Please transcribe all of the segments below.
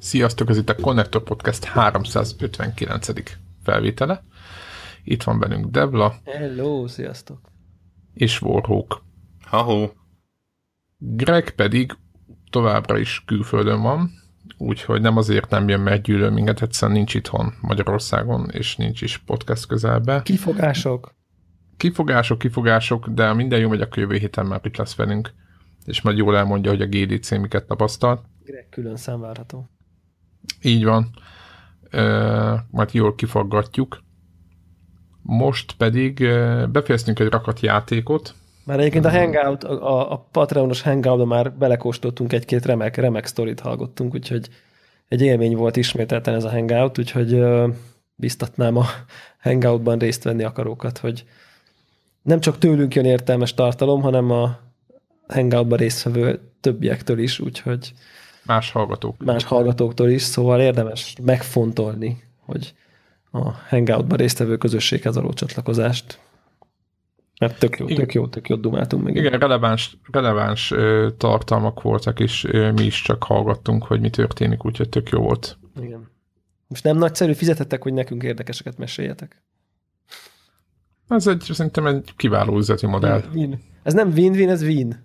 Sziasztok, ez itt a Connector Podcast 359. felvétele. Itt van velünk Debla. Hello, sziasztok. És Warhawk. Ahó. Greg pedig továbbra is külföldön van, úgyhogy nem azért nem jön, mert gyűlöl minket, egyszerűen nincs itthon Magyarországon, és nincs is podcast közelbe. Kifogások, de minden jó megy, akkor jövő héten már itt lesz velünk, és majd jól elmondja, hogy a GDC miket tapasztalt. Greg külön szám várható. Így van. Majd jól kifaggatjuk. Most pedig befejeztünk egy rakat játékot. Már egyébként a Hangout, a Patreonos Hangoutban már belekóstoltunk egy-két remek sztorit hallgattunk, úgyhogy egy élmény volt ismételten ez a Hangout, úgyhogy biztatnám a Hangoutban részt venni akarókat, hogy nem csak tőlünk jön értelmes tartalom, hanem a Hangoutban résztvevő többiektől is, úgyhogy más hallgatóktól is, szóval érdemes megfontolni, hogy a Hangoutban résztvevő közösséghez való csatlakozást. Mert tök jó dumáltunk meg. Igen, releváns tartalmak voltak, és mi is csak hallgattunk, hogy mi történik, úgyhogy tök jó volt. Igen. Most nem nagyszerű, fizetettek, hogy nekünk érdekeseket meséljetek. Ez szerintem egy kiváló üzleti modell. Win. Ez nem win-win, ez win.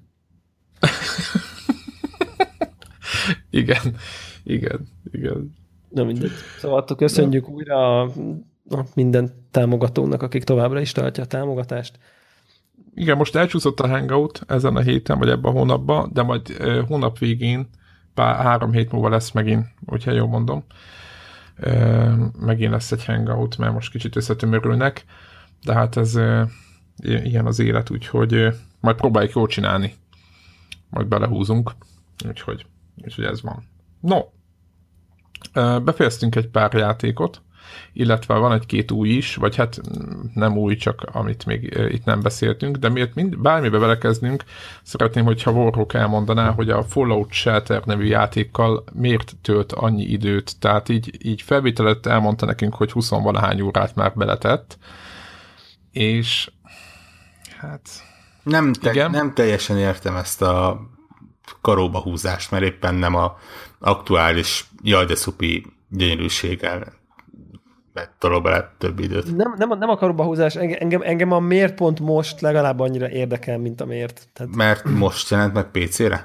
Igen. Na mindegy. Szóval köszönjük újra a minden támogatónak, akik továbbra is tartja a támogatást. Igen, most elcsúszott a Hangout ezen a héten, vagy ebben a hónapban, de majd hónap végén, 3 hét múlva lesz megint, hogyha jól mondom. Megint lesz egy Hangout, mert most kicsit összetömörülnek, de hát ez ilyen az élet, úgyhogy majd próbáljuk jól csinálni. Majd belehúzunk, úgyhogy ez van. No, befejeztünk egy pár játékot, illetve van egy-két új is, vagy hát nem új, csak amit még itt nem beszéltünk, de miért bármibe belekezdünk, szeretném, hogyha Warhawk elmondaná, hogy a Fallout Shelter nevű játékkal miért tölt annyi időt, tehát így felvételet elmondta nekünk, hogy 20-valahány órát már beletett, és hát nem teljesen értem ezt a karóba húzást, mert éppen nem a aktuális jaj de szupi gyönyörűséggel tolok bele több időt. Nem a karóba húzás, engem a miért pont most legalább annyira érdekel, mint a miért. Tehát... Mert most jelent meg PC-re?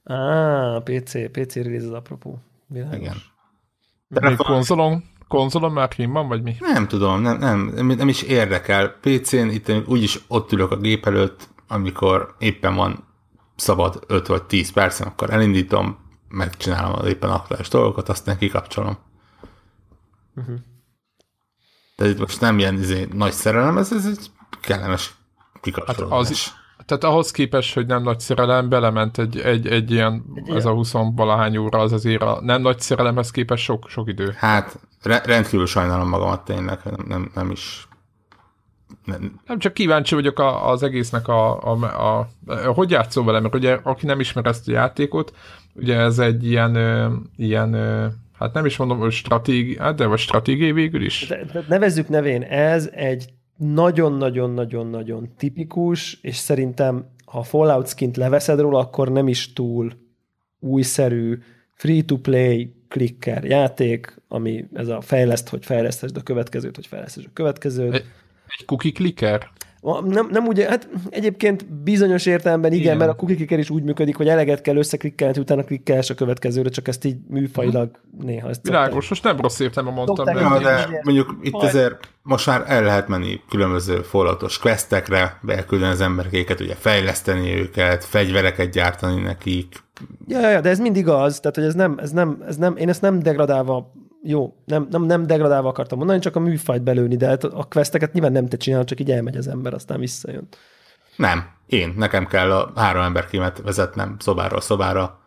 PC release az apropó. Világos. Igen. De konzolon már kim van, vagy mi? Nem tudom, nem is érdekel. PC-n itt úgyis ott ülök a gép előtt, amikor éppen van szabad 5 vagy 10 percen, akkor elindítom, megcsinálom az éppen aktuális dolgokat, aztán kikapcsolom. Uh-huh. Tehát itt most nem ilyen nagy szerelem, ez egy kellemes kikapcsolódás. Hát tehát ahhoz képest, hogy nem nagy szerelem, belement egy ilyen, ez a 20-valahány óra, az azért a nem nagy szerelemhez képest sok idő. Hát rendkívül sajnálom magamat tényleg, nem is... Nem csak kíváncsi vagyok az egésznek hogy játszol vele, mert ugye aki nem ismer ezt a játékot, ugye ez egy ilyen hát nem is mondom, hogy stratégiai végül is. De nevezzük nevén, ez egy nagyon-nagyon-nagyon-nagyon tipikus, és szerintem, ha a Fallout skint leveszed róla, akkor nem is túl újszerű, free-to-play clicker játék, ami ez a hogy fejleszthesd a következőt, hogy fejleszthesd a következőt. Egy cookie clicker? Nem úgy, hát egyébként bizonyos értelemben igen, mert a cookie clicker is úgy működik, hogy eleget kell összeklikkelni, utána klikkelsz a következőre, csak ezt így műfajilag néha. Világos, most nem rossz értelemben mondtam. De mondjuk itt azért most már el lehet menni különböző Falloutos questekre, beküldeni az emberkéket, ugye fejleszteni őket, fegyvereket gyártani nekik. Ja, de ez mindig az, tehát hogy ez nem, én ezt nem degradálva nem degradálva akartam mondani, csak a műfajt belőni, de hát a questeket nyilván nem te csinálod, csak így elmegy az ember, aztán visszajön. Nem, nekem kell a 3 emberkémet vezetnem szobáról szobára,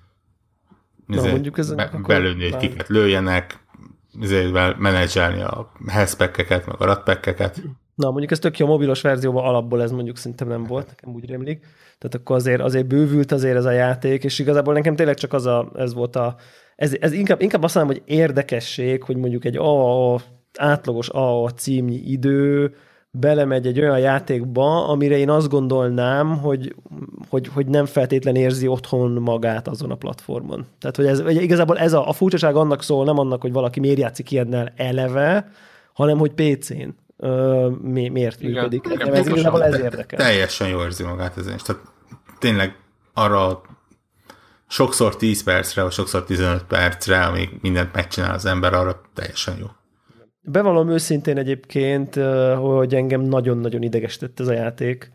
belőni, hogy kiket lőjenek, menedzselni a health-packeket, meg a rat-packeket. Na, mondjuk ez tök jó, a mobilos verzióban alapból ez mondjuk szerintem nem volt, nekem úgy rémlik. Tehát akkor azért bővült azért ez a játék, és igazából nekem tényleg csak ez volt ez inkább azt mondom, hogy érdekesség, hogy mondjuk egy átlagos AA címnyi idő, belemegy egy olyan játékba, amire én azt gondolnám, hogy nem feltétlen érzi otthon magát azon a platformon. Tehát, hogy igazából ez a furcsaság annak szól, nem annak, hogy valaki miért játszik ilyennel eleve, hanem hogy PC-n miért működik. Ez igazából ez érdekel. Teljesen jól érzi magát ezen. Tehát tényleg arra sokszor 10 percre, vagy sokszor 15 percre, amíg mindent megcsinál az ember, arra teljesen jó. Bevallom őszintén egyébként, hogy engem nagyon-nagyon idegesített ez a játék,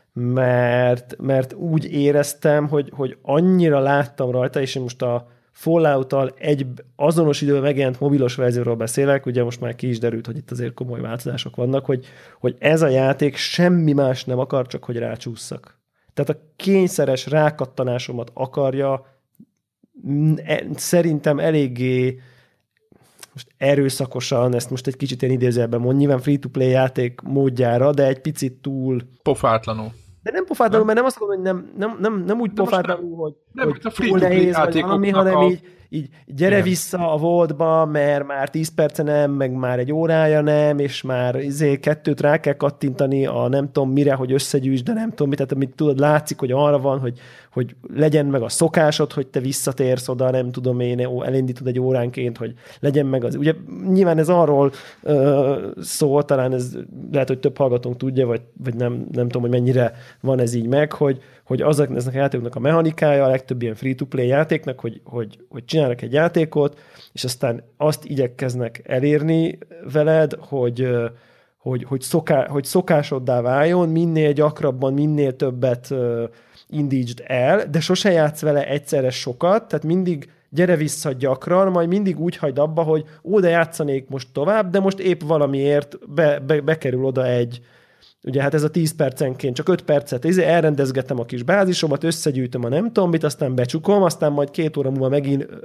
mert úgy éreztem, hogy annyira láttam rajta, és én most a Fallout-tal azonos időben megjelent mobilos verzióról beszélek, ugye most már ki is derült, hogy itt azért komoly változások vannak, hogy ez a játék semmi más nem akar, csak hogy rácsússzak. Tehát a kényszeres rákattanásomat akarja, szerintem eléggé most erőszakosan, ezt most egy kicsit ilyen idézőjelben mond, nyilván free-to-play játék módjára, de egy picit túl... Pofátlanul. De nem pofátlanul, mert nem azt mondom, hogy nem úgy pofátlanul, hogy túl nehéz vagy valami, hanem így gyere vissza a Vaultba, mert már 10 perce nem, meg már egy órája nem, és már 2 rá kell kattintani a nem tudom mire, hogy összegyűjtsd, de nem tudom mit, tehát amit tudod, látszik, hogy arra van, hogy legyen meg a szokásod, hogy te visszatérsz oda, nem tudom én, elindítod egy óránként, hogy legyen meg az. Ugye nyilván ez arról szól, talán ez lehet, hogy több hallgatónk tudja, vagy nem tudom, hogy mennyire van ez így meg, hogy azoknak a játékoknak a mechanikája, a legtöbb ilyen free-to-play játéknak, hogy csinálnak egy játékot, és aztán azt igyekeznek elérni veled, hogy szokásoddá váljon, minél gyakrabban, minél többet indítsd el, de sose játsz vele egyszerre sokat, tehát mindig gyere vissza gyakran, majd mindig úgy hagyd abba, hogy de játszanék most tovább, de most épp valamiért bekerül oda ugye hát ez a 10 percenként, csak 5 percet elrendezgetem a kis bázisomat, összegyűjtöm a nem tudom mit, aztán becsukom, aztán majd 2 óra múlva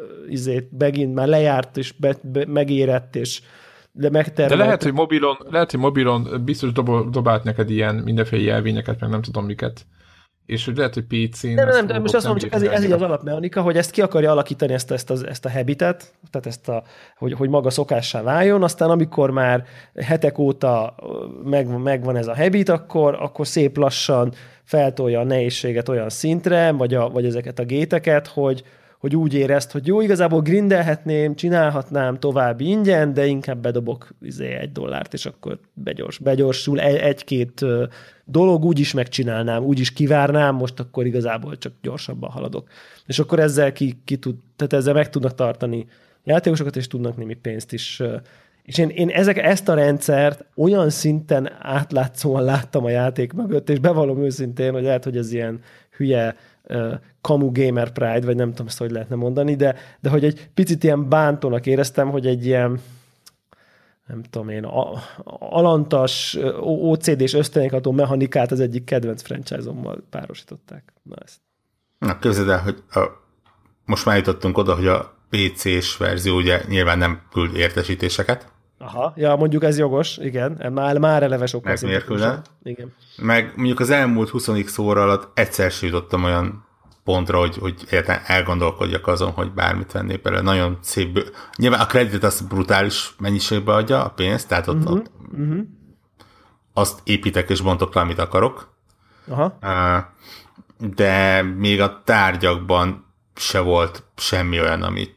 megint már lejárt, és megérett, és megtermelt. De lehet, hogy mobilon biztos dobált neked ilyen mindenféle jelvényeket, meg nem tudom miket. És hogy lehet, hogy PC-n... Nem, de most azt mondom, csak ez így az alapmechanika, hogy ezt ki akarja alakítani ezt a habitet, tehát hogy maga szokássá váljon, aztán amikor már hetek óta megvan ez a habit, akkor szép lassan feltolja a nehézséget olyan szintre, vagy ezeket a géteket, hogy úgy érezt, hogy jó, igazából grindelhetném, csinálhatnám tovább ingyen, de inkább bedobok $1, és akkor begyorsul egy-két dolog, úgy is megcsinálnám, úgy is kivárnám, most akkor igazából csak gyorsabban haladok. És akkor ezzel tehát ezzel meg tudnak tartani játékosokat, és tudnak némi pénzt is. És én ezt a rendszert olyan szinten átlátszóan láttam a játék mögött, és bevallom őszintén, hogy lehet, hogy ez ilyen hülye kamu gamer pride, vagy nem tudom ezt, hogy lehetne mondani, de hogy egy picit ilyen bántónak éreztem, hogy egy ilyen nem tudom én, alantas, OCD-s ösztönékható mechanikát az egyik kedvenc franchise-ommal párosították. Na, képzeld el, hogy most már jutottunk oda, hogy a PC-s verzió ugye nyilván nem küld értesítéseket. Aha, ja, mondjuk ez jogos, igen, már eleve sokkal szintén. Igen. Meg mondjuk az elmúlt 20x óra alatt egyszer sem jutottam olyan pontra, hogy elgondolkodjak azon, hogy bármit vennék belőle. Nagyon szép. Nyilván a kreditet azt brutális mennyiségbe adja, a pénzt, tehát ott azt építek és bontok le, amit akarok. Aha. De még a tárgyakban se volt semmi olyan, amit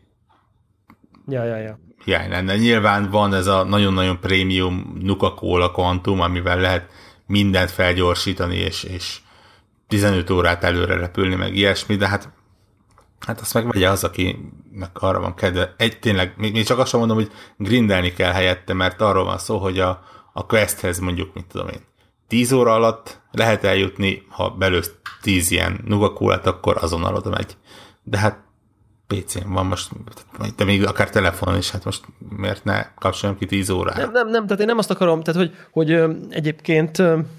hiány lenne. Nyilván van ez a nagyon-nagyon prémium Nuka-Cola Quantum, amivel lehet mindent felgyorsítani, és 15 órát előre repülni, meg ilyesmi, de hát azt megvegye az, akinek arra van kedve. Tényleg, még csak azt sem mondom, hogy grindelni kell helyette, mert arról van szó, hogy a questhez mondjuk, mit tudom én, 10 óra alatt lehet eljutni, ha belősz 10 ilyen Nuka-Colát, akkor azonnal oda megy. De hát PC-n van most, de még akár telefonon is, hát most miért ne kapcsoljam ki 10 órára? Nem, tehát én nem azt akarom, tehát hogy egyébként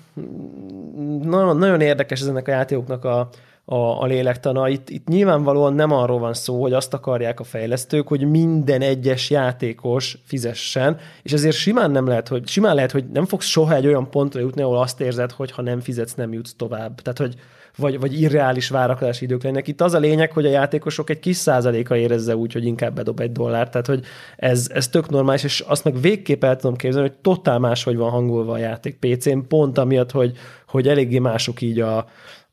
nagyon érdekes ennek a játékoknak a lélektana. Itt nyilvánvalóan nem arról van szó, hogy azt akarják a fejlesztők, hogy minden egyes játékos fizessen, és ezért simán lehet, hogy nem fogsz soha egy olyan pontra jutni, ahol azt érzed, hogy ha nem fizetsz, nem jutsz tovább. Tehát, vagy irreális várakozási idők lennek. Itt az a lényeg, hogy a játékosok egy kis százaléka érezze úgy, hogy inkább bedob $1. Tehát, hogy ez tök normális, és azt meg végképp el tudom képzelni, hogy totál máshogy van hangolva a játék PC-n, pont amiatt, hogy eléggé mások így a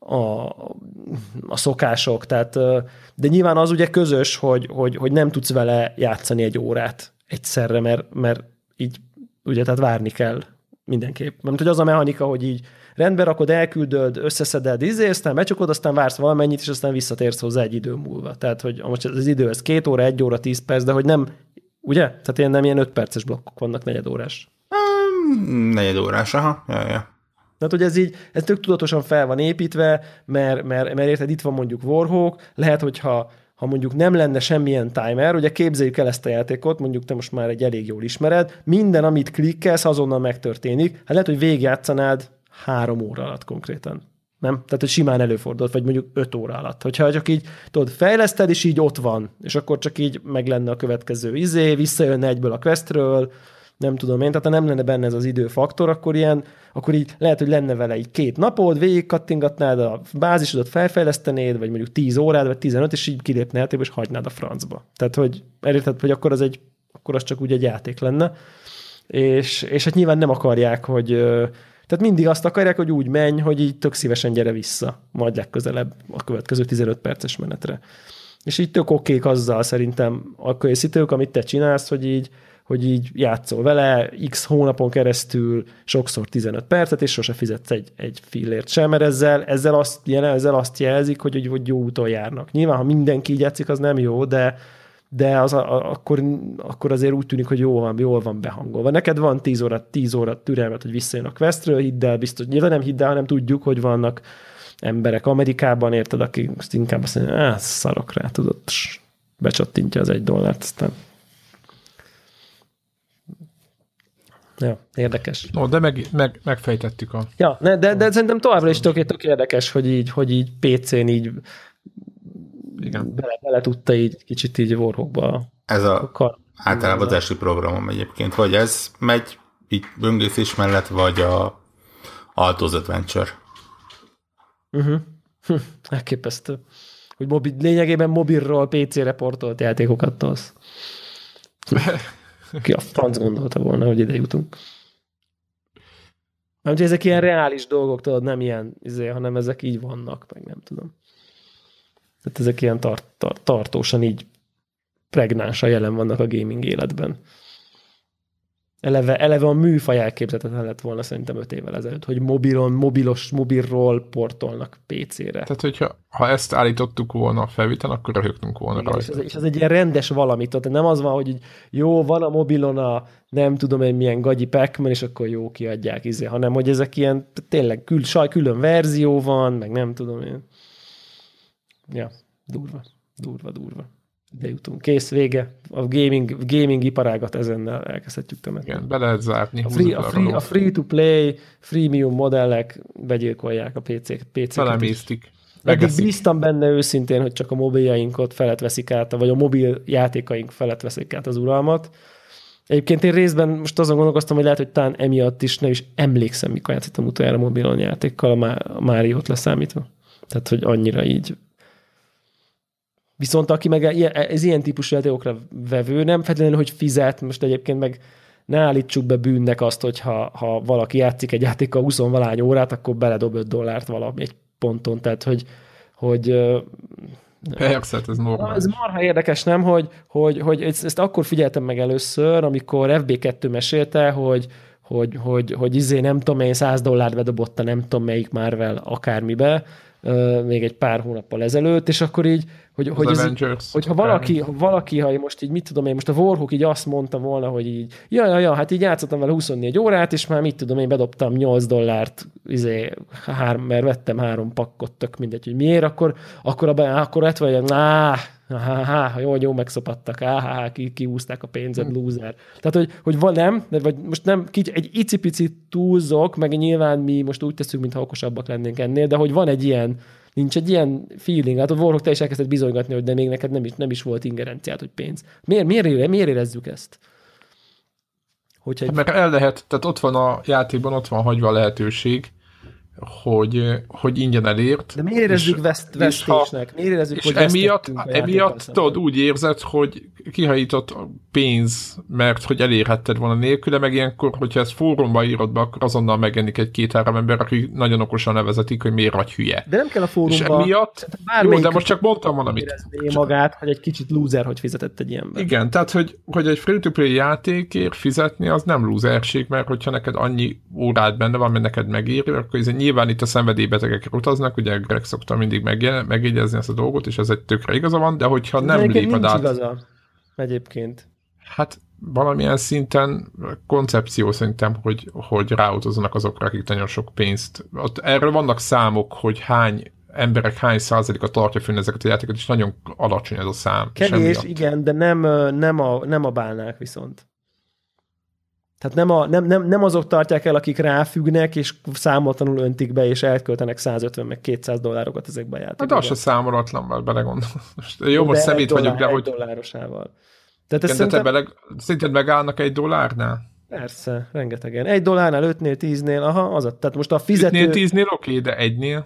szokások, tehát, de nyilván az ugye közös, hogy nem tudsz vele játszani egy órát egyszerre, mert így ugye, tehát várni kell mindenképp. Mert hogy az a mechanika, hogy így rendbe rakod, elküldöd, összeszeded, aztán becsukod, aztán vársz valamennyit, és aztán visszatérsz hozzá egy idő múlva. Tehát, hogy most az idő, ez 2 óra, 1 óra, 10 perc, de hogy nem, ugye? Tehát nem ilyen 5 perces blokkok vannak, 4 órás. 4 órás, aha. Ja. Tehát, hogy ez tök tudatosan fel van építve, mert érted, itt van mondjuk Warhawk, lehet, hogyha mondjuk nem lenne semmilyen timer, ugye képzeljük el ezt a játékot, mondjuk te most már egy elég jól ismered, minden, amit klikkelsz, azonnal megtörténik. Hát lehet, hogy végigjátszanád 3 óra alatt konkrétan. Nem? Tehát, hogy simán előfordult, vagy mondjuk 5 óra alatt. Hogyha csak így, tudod, fejleszted, és így ott van, és akkor csak így meg lenne a következő visszajönne egyből a questről, nem tudom én, tehát ha nem lenne benne ez az időfaktor, akkor így lehet, hogy lenne vele így 2 napod, végig kattingatnád a bázisodat, felfejlesztenéd, vagy mondjuk 10 órád, vagy 15, és így kilépne játékba, és hagynád a francba. Tehát, hogy érted, hogy akkor az csak úgy egy játék lenne. És hát nyilván nem akarják, hogy... Tehát mindig azt akarják, hogy úgy menj, hogy így tök szívesen gyere vissza, majd legközelebb a következő 15 perces menetre. És így tök okék azzal szerintem a készítők, amit te csinálsz, hogy így játszol vele x hónapon keresztül, sokszor 15 percet, és sose fizetsz egy fillért sem, mert ezzel azt jelzik, hogy jó úton járnak. Nyilván, ha mindenki így játszik, az nem jó, de akkor azért úgy tűnik, hogy jól van behangolva. Neked van 10 óra türelmet, hogy visszajön a questről, hidd el, biztos. Nyilván nem hidd el, hanem tudjuk, hogy vannak emberek Amerikában, érted, akik inkább azt mondja, szarok rá, tudod, becsattintja az $1, aztán ja, érdekes. No, de megfejtettük a... Ja, de szerintem továbbra is tök érdekes, hogy így PC-n így bele tudta így kicsit így Warhawkba. Ez általában az első programom egyébként, vagy ez megy így böngészés mellett, vagy a Alto's Adventure. Elképesztő. Hogy lényegében mobilról PC-re portolt játékokat tolsz. Ki a franc gondolta volna, hogy ide jutunk. Nem, ezek ilyen reális dolgok, tudod, nem ilyen, hanem ezek így vannak, meg nem tudom. Tehát ezek ilyen tartósan így pregnánsan jelen vannak a gaming életben. Eleve a műfaj elképzelhetetlen lett volna szerintem 5 évvel ezelőtt, hogy mobilról portolnak PC-re. Tehát, hogyha ezt állítottuk volna a felvétel, akkor röhögtünk volna rajta. És ez egy ilyen rendes valamit, tehát nem az van, hogy így, jó, van a mobilon a nem tudom én milyen gagyi Pac-Man, és akkor jó kiadják, hanem hogy ezek ilyen tényleg külön verzió van, meg nem tudom én. Ja, durva. De jutunk. Kész, vége. A gaming iparágat ezennel elkezdhetjük temetni. Igen, be lehet zárni. A free-to-play, freemium modellek begyilkolják a PC-ket. Felemésztik. Eddig bíztam benne őszintén, hogy csak a mobiljainkat felett veszik át, vagy a mobil játékaink felett veszik át az uralmat. Egyébként én részben most azon gondolkoztam, hogy lehet, hogy talán emiatt is nem is emlékszem, mikor játszottam utoljára mobilon játékkal, a Máriót leszámítva. Tehát, hogy annyira így. Viszont aki meg ez ilyen típusú játékokra vevő, nem feltétlenül, hogy fizet, most egyébként meg ne állítsuk be bűnnek azt, hogy ha valaki játszik egy játékkal 20-valány órát, akkor beledob $5 valami egy ponton, tehát hogy persze, ez normális. Ez marha érdekes, nem? Hogy ezt akkor figyeltem meg először, amikor FB2 mesélte, hogy nem tudom én, $100 bedobott a nem tudom melyik Marvel akármibe, még egy pár hónappal ezelőtt, és akkor így, hogyha valaki, ha most így mit tudom én, most a Warhawk így azt mondta volna, hogy így, hát így játszottam vele 24 órát, és már mit tudom én, bedobtam $8, mert vettem 3 pakkot, tök mindegy, hogy miért, akkor lett vagy, jó, megszopattak, kiúzták a pénzed, loser. Tehát, hogy nem, vagy most nem, egy icipici túlzok, meg nyilván mi most úgy teszünk, mintha okosabbak lennénk ennél, de hogy van egy ilyen, nincs egy ilyen feeling, hát a Warhawk te is elkezdett bizonygatni, hogy de még neked nem is volt ingerenciát, hogy pénz. Miért érezzük ezt? Mert el lehet, tehát ott van a játékban, ott van hagyva a lehetőség, hogy ingyen elért. De miért érezzük vesztésnek? Miért érezzük, és hogy emiatt tudod, úgy érzed, hogy kihajított pénz, mert hogy elérhetted volna nélküle, meg ilyenkor, hogyha ezt fórumba írod be, akkor azonnal megjelenik egy-két-három ember, aki nagyon okosan nevezetik, hogy miért vagy hülye. De nem kell a fórumba. És emiatt, jó, de most csak mondtam valamit. Magát, hogy egy kicsit loser, hogy fizetett egy ilyenben. Igen, tehát, hogy egy free-to-play játékért fizetni, az nem loserség, mert hogyha neked annyi órád benne van, mert neked megéri, akkor ez nyilván itt a szenvedélybetegek utaznak, ugye Greg szokta mindig megjegyezni ezt a dolgot, és ez egy tökre igaza van, de hogyha nem léped át... Igaza, egyébként. Hát valamilyen szinten koncepció szerintem, hogy ráutazzanak azokra, akik nagyon sok pénzt... Erről vannak számok, hogy emberek hány százaléka tartja fönn ezeket a játékokat, és nagyon alacsony ez a szám. Kevés, igen, de nem a bálnák viszont. Tehát nem azok tartják el, akik ráfüggnek, és számoltanul öntik be, és elköltenek 150 meg 200 dollárokat ezekbe a játékokba. Hát az se számolatlan, már belegondolom. Jó, most szemét vagyok, de hogy... dollárosával. Tehát igen, szerintem... szerinted megállnak $1? Persze, rengetegen. $1, 5-nél, 10-nél, tehát most a fizető... 5-nél, 10-nél oké, de 1-nél?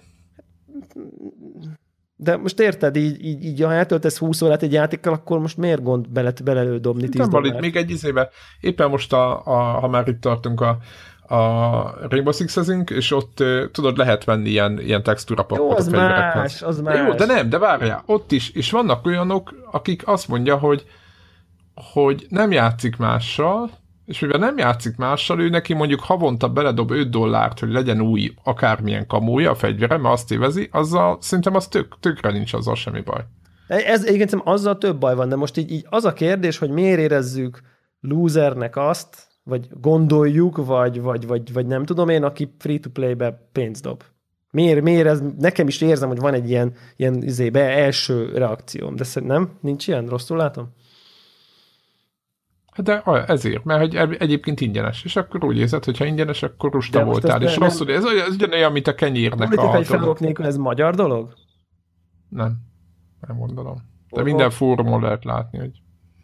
De most érted, így ha eltöltesz 20 órát egy játékkal, akkor most miért gond belelődobni $10? Még egy izébe. Éppen most, ha már itt tartunk a Rainbow Six-ezünk, és ott tudod, lehet venni ilyen textúrapakot. Jó, az más. Jó, de várjál, ott is, és vannak olyanok, akik azt mondja, hogy nem játszik mással, és mivel nem játszik mással, ő neki mondjuk havonta beledob $5, hogy legyen új akármilyen kamója a fegyvere, mert azt évezi, azzal szerintem az tökre nincs azzal semmi baj. Ez egyébként azzal több baj van, de most így az a kérdés, hogy miért érezzük losernek azt, vagy gondoljuk, vagy nem tudom én, aki free-to-play-be pénzt dob. Miért ez, nekem is érzem, hogy van egy ilyen első reakcióm, de szerintem nincs ilyen, rosszul látom? De ezért, mert hogy egyébként ingyenes, és akkor úgy érzed, hogy ha ingyenes, akkor rusta voltál, és rosszul, ez ugyanolyan, mint a kenyérnek a politikai felrok nélkül ez magyar dolog? Nem gondolom. De minden fórumon lehet látni, hogy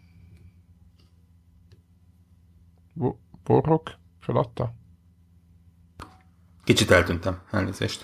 Borrok feladta? Kicsit elnézést.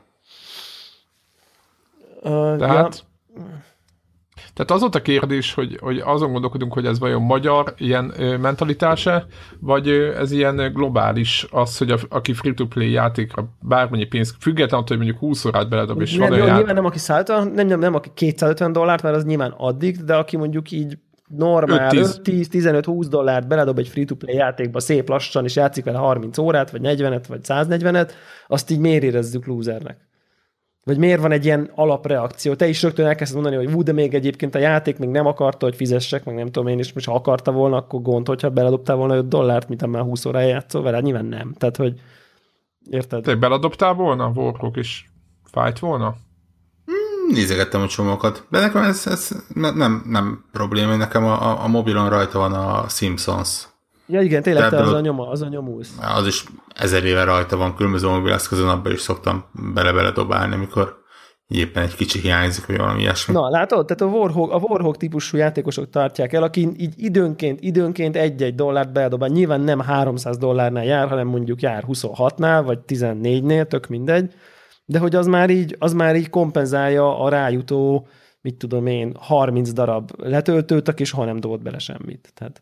Tehát az ott a kérdés, hogy azon gondolkodunk, hogy ez vajon magyar ilyen mentalitása, vagy ez ilyen globális az, hogy aki free-to-play játékra bármennyi pénz, függetlenül, hogy mondjuk 20 órát beledob, és van olyan nyilván nem aki nem aki $250, mert az nyilván addig, de aki mondjuk így normál 10-15-20 beledob egy free-to-play játékba szép lassan, és játszik vele 30 órát, vagy 40-et, vagy 140-et, azt így miért érezzük losernek? Vagy miért van egy ilyen alapreakció? Te is rögtön elkezdted mondani, hogy de még egyébként a játék még nem akarta, hogy fizessek, meg nem tudom én, és most ha akarta volna, akkor gond, hogyha beledobtál volna $5, mint már 20 órája játszol vele, nyilván nem. Tehát, hogy érted? Te beledobtál volna? Warhawk is fájt volna? Nézegettem a csomókat. De nekem ez nem probléma, nekem a mobilon rajta van a Simpsons. Ja igen, tényleg te az a nyomulsz. Az is 1000 éve rajta van, különböző mobileszközön, abban is szoktam bele dobálni, amikor éppen egy kicsi hiányzik, vagy valami ilyesmi. Na, látod? Tehát a Warhawk típusú játékosok tartják el, aki így időnként $1 beledobál. Nyilván nem $300 jár, hanem mondjuk jár 26-nál, vagy 14-nél, tök mindegy. De hogy az már így kompenzálja a rájutó, mit tudom én, 30 darab letöltőt, aki soha nem dobott bele semmit. Tehát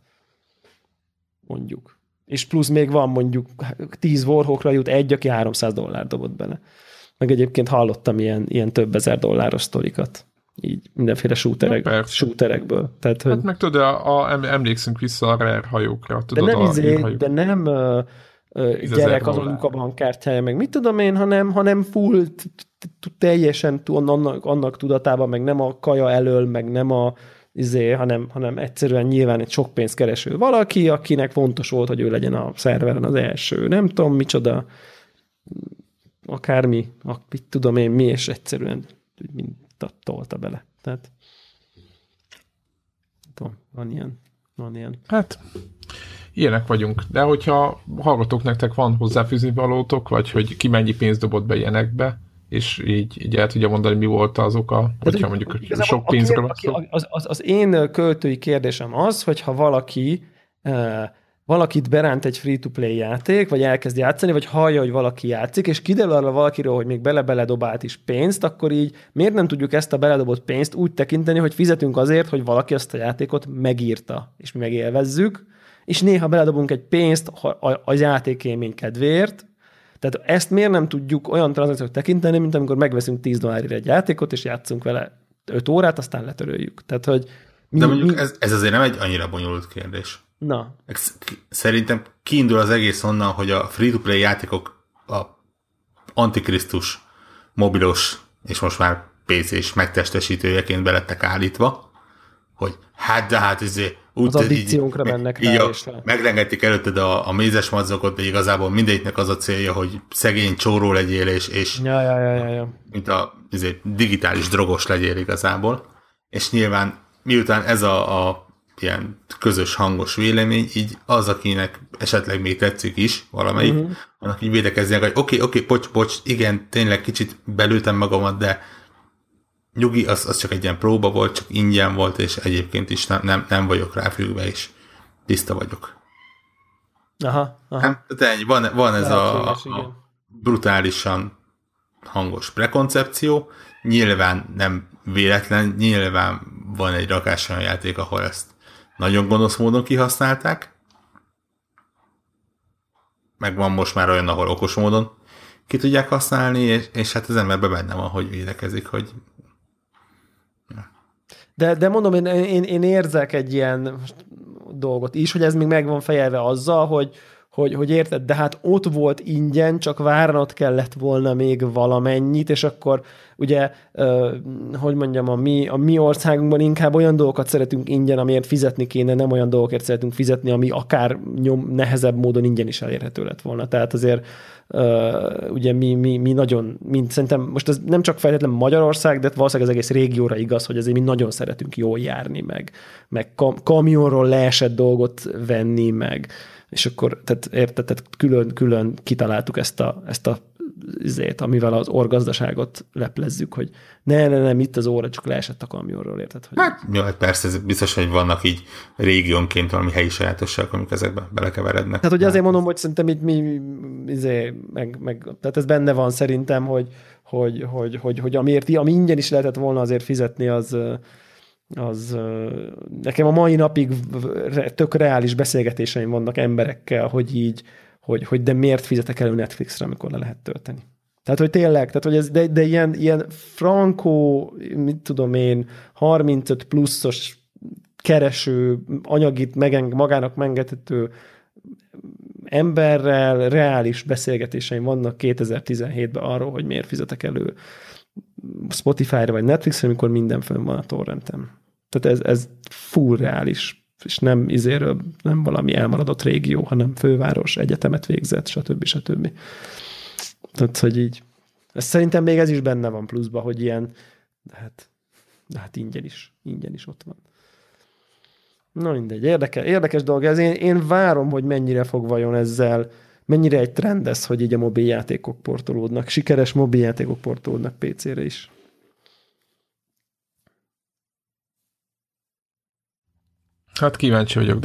mondjuk. És plusz még van mondjuk 10 Warhawkra jut egy, aki $300 dobott bele. Meg egyébként hallottam ilyen több ezer dolláros sztorikat. Így mindenféle shooterekből. Tehát, hát meg tudod, emlékszünk vissza a Rare hajókra. Tudod, de nem gyerek az anyuka bankkártyája, meg mit tudom én, hanem full teljesen annak tudatában, meg nem a kaja elől, meg nem hanem egyszerűen nyilván egy sok pénzt kereső valaki, akinek fontos volt, hogy ő legyen a szerveren az első. Nem tudom, micsoda, akármi, mit tudom én mi, és egyszerűen mind tolta bele. Tehát tudom, van ilyen. Hát ilyenek vagyunk, de hogyha hallgatók, nektek van hozzáfűzni valótok, vagy hogy ki mennyi pénzt dobott be ilyenekbe, és így el tudja mondani, mi volt az oka, hogyha mondjuk sok pénzről van szó. Az én költői kérdésem az, hogyha valaki valakit beránt egy free-to-play játék, vagy elkezd játszani, vagy hallja, hogy valaki játszik, és kiderül arra valakiről, hogy még beledobált is pénzt, akkor így miért nem tudjuk ezt a beledobott pénzt úgy tekinteni, hogy fizetünk azért, hogy valaki azt a játékot megírta, és mi megélvezzük, és néha beledobunk egy pénzt az játékélmény kedvéért. Tehát ezt miért nem tudjuk olyan tranzakciót tekinteni, mint amikor megveszünk $10 egy játékot, és játszunk vele 5 órát, aztán letöröljük. Tehát, hogy de mondjuk ez azért nem egy annyira bonyolult kérdés. Na. Szerintem kiindul az egész onnan, hogy a free-to-play játékok a Antikrisztus mobilos, és most már PC-s megtestesítőjeként belettek állítva, hogy hát úgy, az addikciónkra mennek rá, és megrengetik előtted a mézes madzakot, de igazából mindegyiknek az a célja, hogy szegény csóró legyél, és ja. mint a digitális drogos legyél igazából. És nyilván miután ez a ilyen közös hangos vélemény, így az, akinek esetleg még tetszik is valamelyik, annak így védekeznek, hogy oké, bocs, igen, tényleg kicsit belültem magamat, de nyugi, az csak egy ilyen próba volt, csak ingyen volt, és egyébként is nem vagyok ráfüggve, és tiszta vagyok. Aha. De ennyi, van ez a brutálisan hangos prekoncepció, nyilván nem véletlen, nyilván van egy rakás olyan játék, ahol ezt nagyon gonosz módon kihasználták, meg van most már olyan, ahol okos módon ki tudják használni, és hát az emberben benne van, hogy védekezik, hogy De mondom, én érzek egy ilyen dolgot is, hogy ez még meg van fejelve azzal, hogy érted, de hát ott volt ingyen, csak várnod kellett volna még valamennyit, és akkor ugye, hogy mondjam, a mi országunkban inkább olyan dolgokat szeretünk ingyen, amiért fizetni kéne, nem olyan dolgokért szeretünk fizetni, ami akár nehezebb módon ingyen is elérhető lett volna. Tehát azért ugye mi nagyon, szerintem most ez nem csak feltétlenül Magyarország, de valószínűleg az egész régióra igaz, hogy azért mi nagyon szeretünk jól járni, meg kamionról leesett dolgot venni, meg és akkor tehát külön kitaláltuk ezt a izét, amivel az orgazdaságot leplezzük, hogy nem, itt az óra csak leesett a kamionról, érted? Hogy... Hát, jó, persze, biztos, hogy vannak így régiónként valami helyi sajátosságok, amik ezekbe belekeverednek. Tehát, hogy azért mondom, hogy szerintem itt tehát ez benne van szerintem, hogy ami ingyen is lehetett volna azért fizetni, az nekem a mai napig tök reális beszélgetéseim vannak emberekkel, hogy így, hogy de miért fizetek elő Netflixre, amikor le lehet tölteni. Tehát, hogy tényleg, tehát, hogy ez, de ilyen frankó, mit tudom én, 35 pluszos kereső, anyagit magának megengedhető emberrel reális beszélgetéseim vannak 2017-ben arról, hogy miért fizetek elő Spotify-ra vagy Netflixre, amikor minden fönn van a torrentem. Tehát ez full reális, és nem nem valami elmaradott régió, hanem főváros, egyetemet végzett, stb. Tehát, hogy így. Szerintem még ez is benne van pluszban, hogy ilyen, de hát ingyen is ott van. Na mindegy, érdekes dolog ez. Én várom, hogy mennyire fog vajon ezzel, mennyire egy trend ez, hogy így a mobiljátékok portolódnak, sikeres mobiljátékok portolódnak PC-re is. Hát kíváncsi vagyok,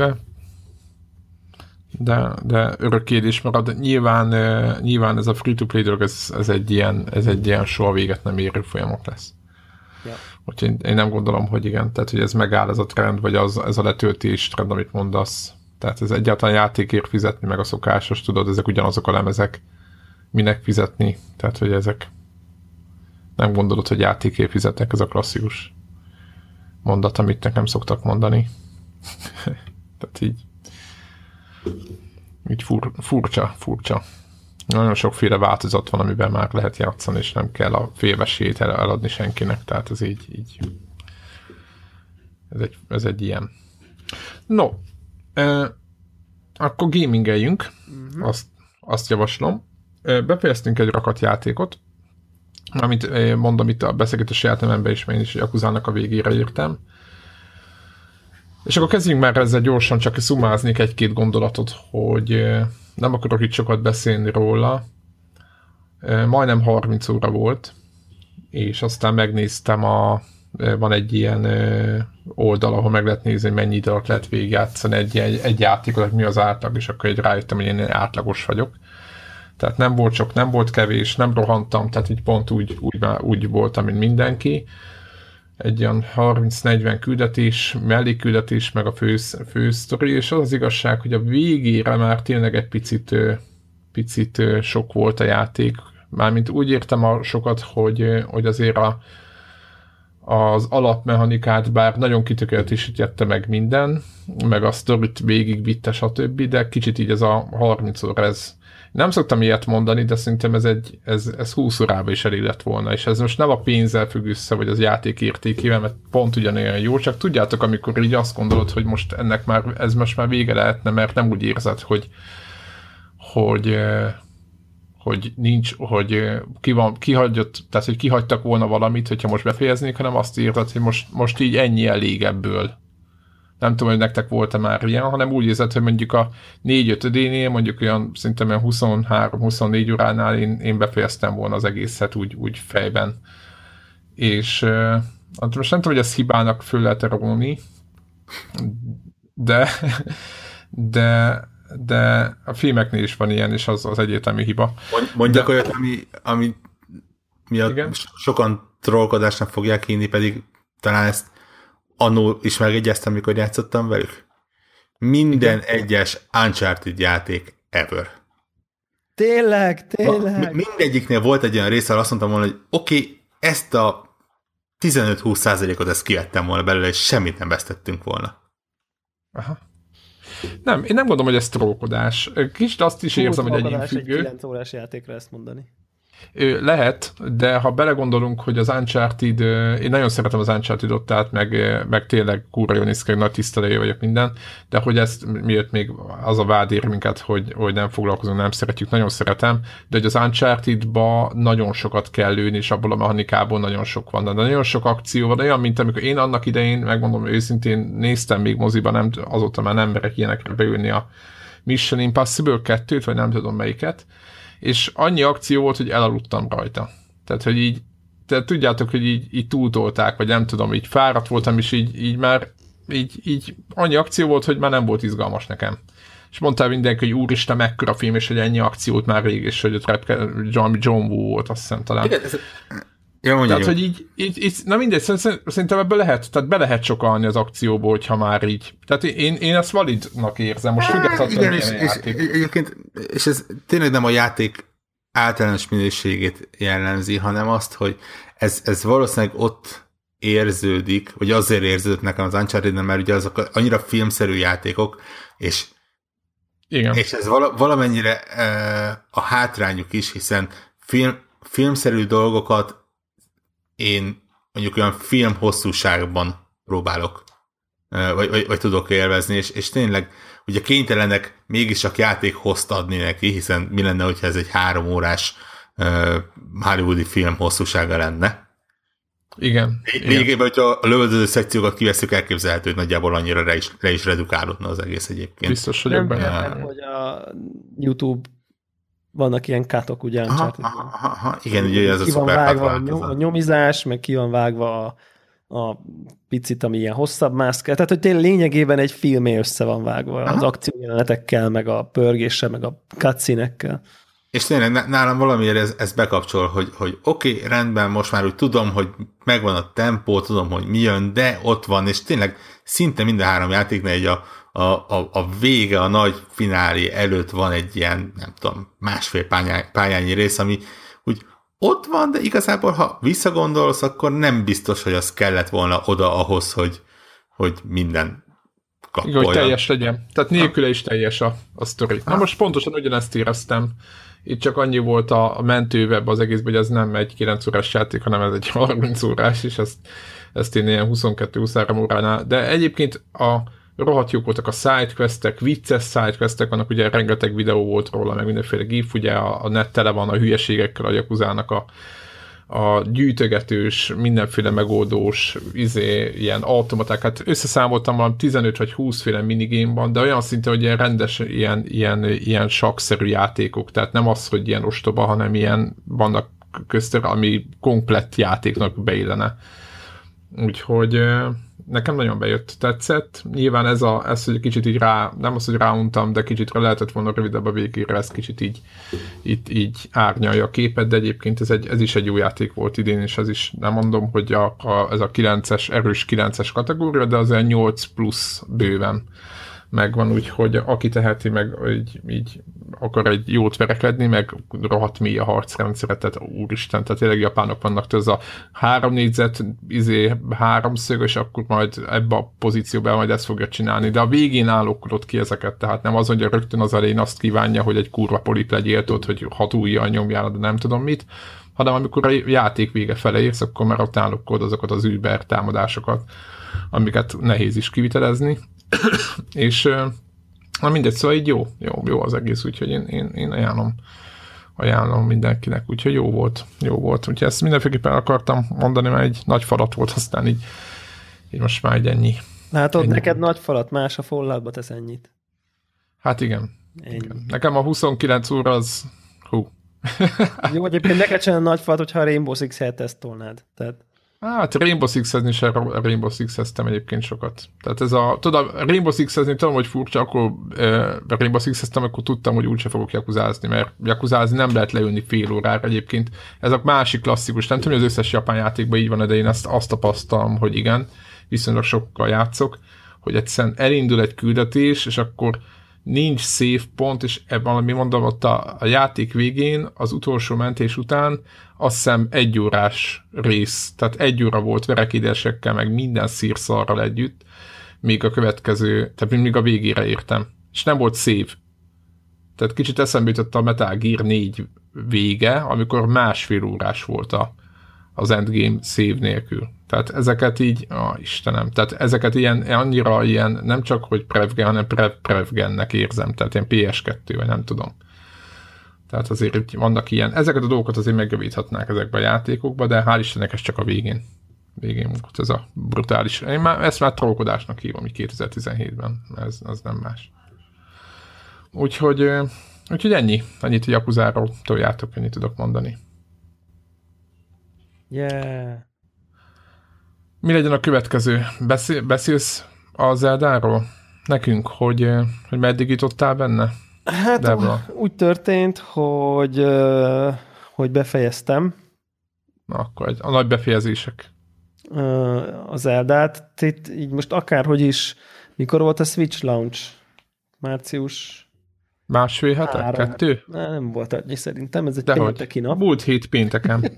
de örök kérdés marad. Nyilván ez a free-to-play dolog, ez egy ilyen soha véget nem érő folyamat lesz. Ja. Úgyhogy én nem gondolom, hogy igen, tehát hogy ez megáll ez a trend, vagy ez a letöltés trend, amit mondasz. Tehát ez egyáltalán játékért fizetni, meg a szokásos, tudod, ezek ugyanazok a lemezek, minek fizetni, tehát hogy ezek nem gondolod, hogy játékért fizetnek, ez a klasszikus mondat, amit nekem szoktak mondani. Tehát így furcsa. Nagyon sokféle változat van, amiben már lehet játszani, és nem kell a félmesét eladni senkinek, tehát ez így ez egy ilyen. No, akkor gamingeljünk, azt javaslom. Befejeztünk egy rakat játékot, amit mondom itt a beszélgetés játékemben is, én is Yakuzának a végére írtam. És akkor kezdjünk már ezzel gyorsan, csak szumáznék egy-két gondolatot, hogy nem akarok itt sokat beszélni róla. Majdnem 30 óra volt, és aztán megnéztem van egy ilyen oldal, ahol meg lehet nézni, hogy mennyi idő alatt lehet végigjátszani egy játékot, hogy mi az átlag, és akkor rájöttem, hogy én átlagos vagyok. Tehát nem volt sok, nem volt kevés, nem rohantam, tehát így pont úgy voltam, mint mindenki. Egy olyan 30-40 küldetés, mellékküldetés, meg a fő sztori, és az igazság, hogy a végére már tényleg egy picit sok volt a játék. Mármint úgy értem a sokat, hogy azért az alapmechanikát, bár nagyon kitökéletesítette meg minden, meg a sztorit végigvitte, stb., de kicsit így ez a 30 óra, ez nem szoktam ilyet mondani, de szerintem ez 20 órába is elég lett volna, és ez most nem a pénzzel függ össze, vagy az játék értékével, mert pont ugyanolyan jó, csak tudjátok, amikor így azt gondolod, hogy most ez most már vége lehetne, mert nem úgy érzed, hogy nincs, hogy kihagyott, tehát hogy kihagytak volna valamit, hogyha most befejeznék, hanem azt írtad, hogy most így ennyi elég ebből. Nem tudom, hogy nektek volt-e már ilyen, hanem úgy érzed, hogy mondjuk a 4-5-nél, mondjuk olyan szerintem 23-24 óránál én befejeztem volna az egészet úgy fejben. És most nem tudom, hogy ezt hibának föl lehet róni, de a filmeknél is van ilyen, és az egyértelmű hiba. Mondjak olyat, ami miatt sokan trollkodásnak fogják hinni, pedig talán ezt annól is megegyeztem, mikor játszottam velük. Minden egyes Uncharted játék ever. Tényleg? Mindegyiknél volt egy olyan rész, ahol azt mondtam volna, hogy oké, ezt a 15-20%-ot ezt kivettem volna belőle, és semmit nem vesztettünk volna. Aha. Nem, én nem gondolom, hogy ez trollkodás. Kicsit azt is érzem, hogy egy függő. Egy 9 órás játékra ezt mondani. Lehet, de ha belegondolunk, hogy az Uncharted, én nagyon szeretem az Uncharted-ot, tehát meg tényleg kurva jó néz ki, nagy tisztelője vagyok minden, de hogy ezt miért még az a vád ér minket, hogy nem foglalkozunk, nem szeretjük, nagyon szeretem, de hogy az Uncharted-ba nagyon sokat kell lőni, és abból a mechanikából nagyon sok van, de nagyon sok akció van, olyan, mint amikor én annak idején, megmondom őszintén, néztem még moziba, azóta már nem merek ilyenekre beülni a Mission Impossible 2-t, vagy nem tudom melyiket, és annyi akció volt, hogy elaludtam rajta. Tehát, hogy így, tudjátok, hogy így túltolták, vagy nem tudom, így fáradt voltam, és így már így annyi akció volt, hogy már nem volt izgalmas nekem. És mondtál mindenki, hogy úristen, mekkora film, és hogy ennyi akciót már rég, és hogy John Woo volt, azt hiszem talán. Ja, tehát, hogy így, na mindegy, szerintem ebből lehet, tehát be lehet sokalni az akcióból, hogyha már így. Tehát én ezt validnak érzem, most függetlenül és ez tényleg nem a játék általános minőségét jellemzi, hanem azt, hogy ez valószínűleg ott érződik, vagy azért érződött nekem az Uncharted-en, mert ugye azok annyira filmszerű játékok, és ez valamennyire a hátrányuk is, hiszen filmszerű dolgokat én mondjuk olyan film hosszúságban próbálok, vagy tudok élvezni, és tényleg ugye kénytelenek mégis csak játékhozt adni neki, hiszen mi lenne, hogyha ez egy 3 órás hollywoodi film hosszúsága lenne. Igen. Lényegében, hogyha a lövöldöző szekciókat kiveszünk, elképzelhető, hogy nagyjából annyira le is redukálódna az egész egyébként. Biztos vagyok benne. Hogy a YouTube vannak ilyen kátok, ugye? Igen, ugye ez a szuper a nyomizás, meg ki van vágva a picit, ami ilyen hosszabb mászkel. Tehát, hogy tényleg lényegében egy filmé össze van vágva az akciójelenetekkel, meg a pörgéssel, meg a cutscene-ekkel. És tényleg nálam valamiért ez bekapcsol, hogy oké, rendben, most már úgy tudom, hogy megvan a tempó, tudom, hogy mi jön, de ott van, és tényleg szinte minden 3 játéknál egy a vége, a nagy finálé előtt van egy ilyen, nem tudom, másfél pályányi rész, ami úgy ott van, de igazából, ha visszagondolsz, akkor nem biztos, hogy az kellett volna oda ahhoz, hogy minden kapoljon. Igen, hogy teljes legyen. Tehát nélküle is teljes a sztori. Na most pontosan ugyanezt éreztem. Itt csak annyi volt a mentőwebb az egészben, hogy ez nem egy 9 órás játék, hanem ez egy 30 órás, és ezt én ilyen 22-23 óránál. De egyébként a rohadt jók voltak a sidequestek, vicces sidequestek vannak, ugye rengeteg videó volt róla, meg mindenféle gif, ugye a net tele van a hülyeségekkel, a Yakuzának a gyűjtögetős, mindenféle megoldós, ilyen automaták, hát összeszámoltam valami 15 vagy 20 féle minigame van, de olyan szinte, hogy ilyen rendes, ilyen sakkszerű játékok, tehát nem az, hogy ilyen ostoba, hanem ilyen vannak köztük, ami komplett játéknak beillene. Úgyhogy nekem nagyon bejött, tetszett. Nyilván ez hogy kicsit így nem az, hogy ráuntam, de kicsit lehetett volna rövidebb a végére, ez kicsit így árnyalja a képet, de egyébként ez is egy jó játék volt idén, és ez is nem mondom, hogy ez a 9-es, erős 9-es kategória, de azért 8 plusz bőven megvan, úgyhogy aki teheti meg így akar egy jót verekedni, meg rohadt mély a harcrendszere, tehát úristen, tehát tényleg japánok vannak, tehát ez a 3 négyzet, háromszög, és akkor majd ebbe a pozícióban majd ezt fogja csinálni, de a végén állokkodott ki ezeket, tehát nem az, hogy rögtön az elején azt kívánja, hogy egy kurva polip legyél, tudod, hogy 6 ujjal nyomjál, de nem tudom mit, hanem amikor a játék vége fele érsz, akkor már ott állokod azokat az Uber támadásokat, amiket nehéz is kivitelezni. És mindegy, szóval így jó az egész, úgyhogy én ajánlom mindenkinek, úgyhogy jó volt. Úgyhogy ezt mindenféleképpen akartam mondani, mert egy nagy falat volt, aztán így most már egy ennyi. Látod, neked nagy falat, más a Falloutba tesz ennyit. Hát igen. Nekem a 29 óra az Jó, egyébként neked sem nagy falat, hogyha a Rainbow Six-et tesztolnád. Tehát... Hát Rainbow Six-ezni sem Rainbow Six-eztem egyébként sokat. Tehát tudod, Rainbow Six-ezni tudom, hogy furcsa, akkor Rainbow Six-eztem, akkor tudtam, hogy úgyse fogok jakuzázni, mert jakuzázni nem lehet leülni fél órára egyébként. Ez a másik klasszikus, nem tudom, hogy az összes japán játékban így van, de én azt tapasztalom, hogy igen, viszonylag sokkal játszok, hogy egyszerűen elindul egy küldetés, és akkor nincs save pont, és ebben, ami mondom, ott a játék végén, az utolsó mentés után azt hiszem 1 órás rész, tehát 1 óra volt verekedésekkel, meg minden szírszarral együtt, még a következő, tehát még a végére értem. És nem volt save. Tehát kicsit eszembe jutott a Metal Gear 4 vége, amikor 1,5 órás volt az endgame save nélkül. Tehát ezeket így, Istenem, tehát ezeket annyira nem csak, hogy prevgen, hanem prevgennek érzem, tehát ilyen PS2, vagy nem tudom. Tehát azért vannak ilyen, ezeket a dolgokat azért megjavíthatnák ezekbe a játékokba, de hál' Istennek ez csak a végén volt ez a brutális. Én ezt már trollkodásnak hívom, így 2017-ben, ez nem más. Úgyhogy ennyit a Yakuzáról toljátok, ennyit tudok mondani. Yeah. Mi legyen a következő? Beszélsz a Zeldáról nekünk, hogy meddig jutottál benne? Hát úgy történt, hogy befejeztem. Na, akkor a nagy befejezések. A Zeldát. Itt így most akárhogy is, mikor volt a Switch launch? Március... 1,5 hete? 2? Nem volt annyi szerintem, ez egy pénteki nap. Múlt hét pénteken.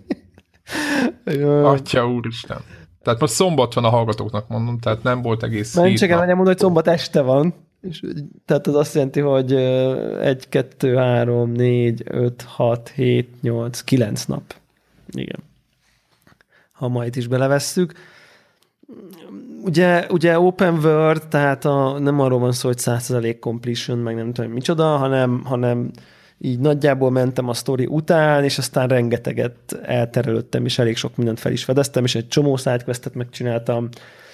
Atya úristen. Tehát most szombat van a hallgatóknak, mondom, tehát nem volt egész hét nap. Nem mondom, hogy szombat este van. És, tehát az azt jelenti, hogy 1, 2, 3, 4, 5, 6, 7, 8, 9 nap. Igen. Ha ma itt is belevesszük. Ugye open world, tehát nem arról van szó, hogy 100% completion, meg nem tudom micsoda, hanem így nagyjából mentem a sztori után, és aztán rengeteget elterelődtem, és elég sok mindent fel is fedeztem, és egy csomó sidequestet megcsináltam.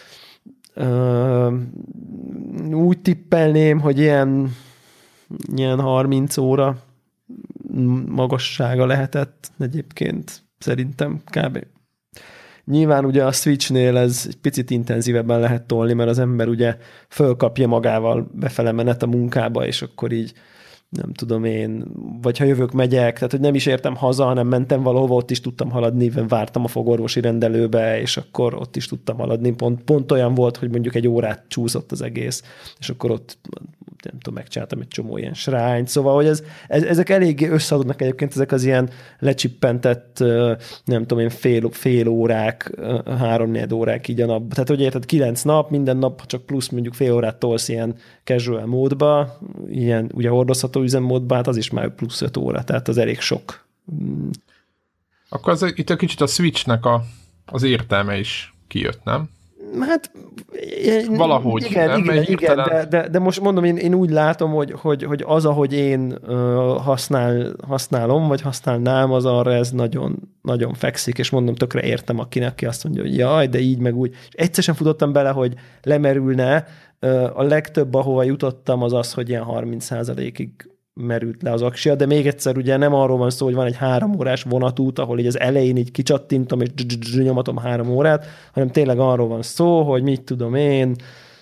Úgy tippelném, hogy ilyen 30 óra magassága lehetett egyébként, szerintem kb. Nyilván ugye a Switchnél ez egy picit intenzívebben lehet tolni, mert az ember ugye fölkapja magával befele menet a munkába, és akkor így nem tudom én, vagy ha jövök, megyek, tehát hogy nem is értem haza, hanem mentem valahova, ott is tudtam haladni, vártam a fogorvosi rendelőbe, és akkor ott is tudtam haladni. Pont olyan volt, hogy mondjuk 1 órát csúszott az egész, és akkor ott nem tudom, megcsináltam egy csomó ilyen srányt, szóval, hogy ezek eléggé összeadnak egyébként, ezek az ilyen lecsippentett, nem tudom én, fél órák, 3-4 órák így a nap. Tehát, hogy érted, 9 nap, minden nap csak plusz mondjuk fél órát tolsz ilyen casual módba, ilyen ugye hordozható üzemmódba, hát az is már plusz 5 óra, tehát az elég sok. Akkor itt egy kicsit a Switchnek az értelme is kijött, nem? Hát valahogy. Igen, de most mondom, én úgy látom, hogy az, ahogy én használom, vagy használnám, az arra ez nagyon, nagyon fekszik, és mondom, tökre értem akinek, ki azt mondja, hogy jaj, de így meg úgy. És egyszer sem futottam bele, hogy lemerülne. A legtöbb, ahova jutottam, az, hogy ilyen 30%-ig merült le az aksia, de még egyszer ugye nem arról van szó, hogy van egy 3 órás vonatút, ahol így az elején így kicsattintom, és nyomatom 3 órát, hanem tényleg arról van szó, hogy mit tudom én,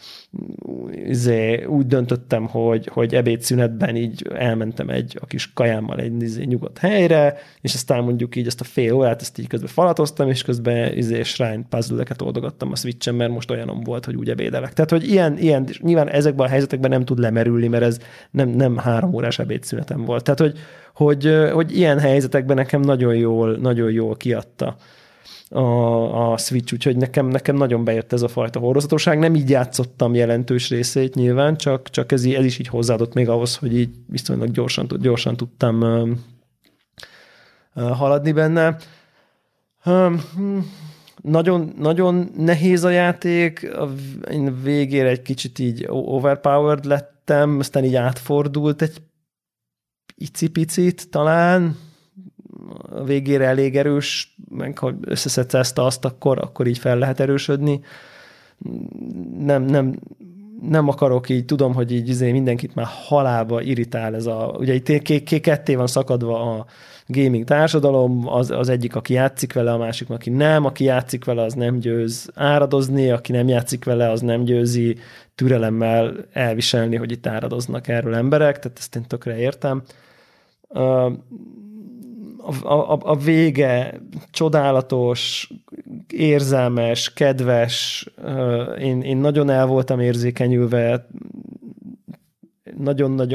úgy döntöttem, hogy ebédszünetben így elmentem a kis kajámmal egy nyugodt helyre, és aztán mondjuk így ezt a fél órát, ezt így közben falatoztam, és közben Shrine puzzle-eket oldogattam a Switchen, mert most olyanom volt, hogy úgy ebédelek. Tehát, hogy ilyen nyilván ezekben a helyzetekben nem tud lemerülni, mert ez nem 3 órás ebédszünetem volt. Tehát, hogy ilyen helyzetekben nekem nagyon jól kiadta a Switch, úgyhogy nekem nagyon bejött ez a fajta hordozhatóság. Nem így játszottam jelentős részét nyilván, csak ez is így hozzáadott még ahhoz, hogy így viszonylag gyorsan tudtam haladni benne. Nagyon nehéz a játék, én végére egy kicsit így overpowered lettem, aztán így átfordult egy icipicit talán, a végére elég erős, meg ha összeszedsz ezt azt, akkor így fel lehet erősödni. Nem akarok így, tudom, hogy így mindenkit már halálba irritál ez ugye itt ketté van szakadva a gaming társadalom, az egyik, aki játszik vele, a másik, aki nem, aki játszik vele, az nem győz áradozni, aki nem játszik vele, az nem győzi türelemmel elviselni, hogy itt áradoznak erről emberek, tehát ezt én tökre értem. A vége csodálatos, érzelmes, kedves, én nagyon el voltam érzékenyülve, nagyon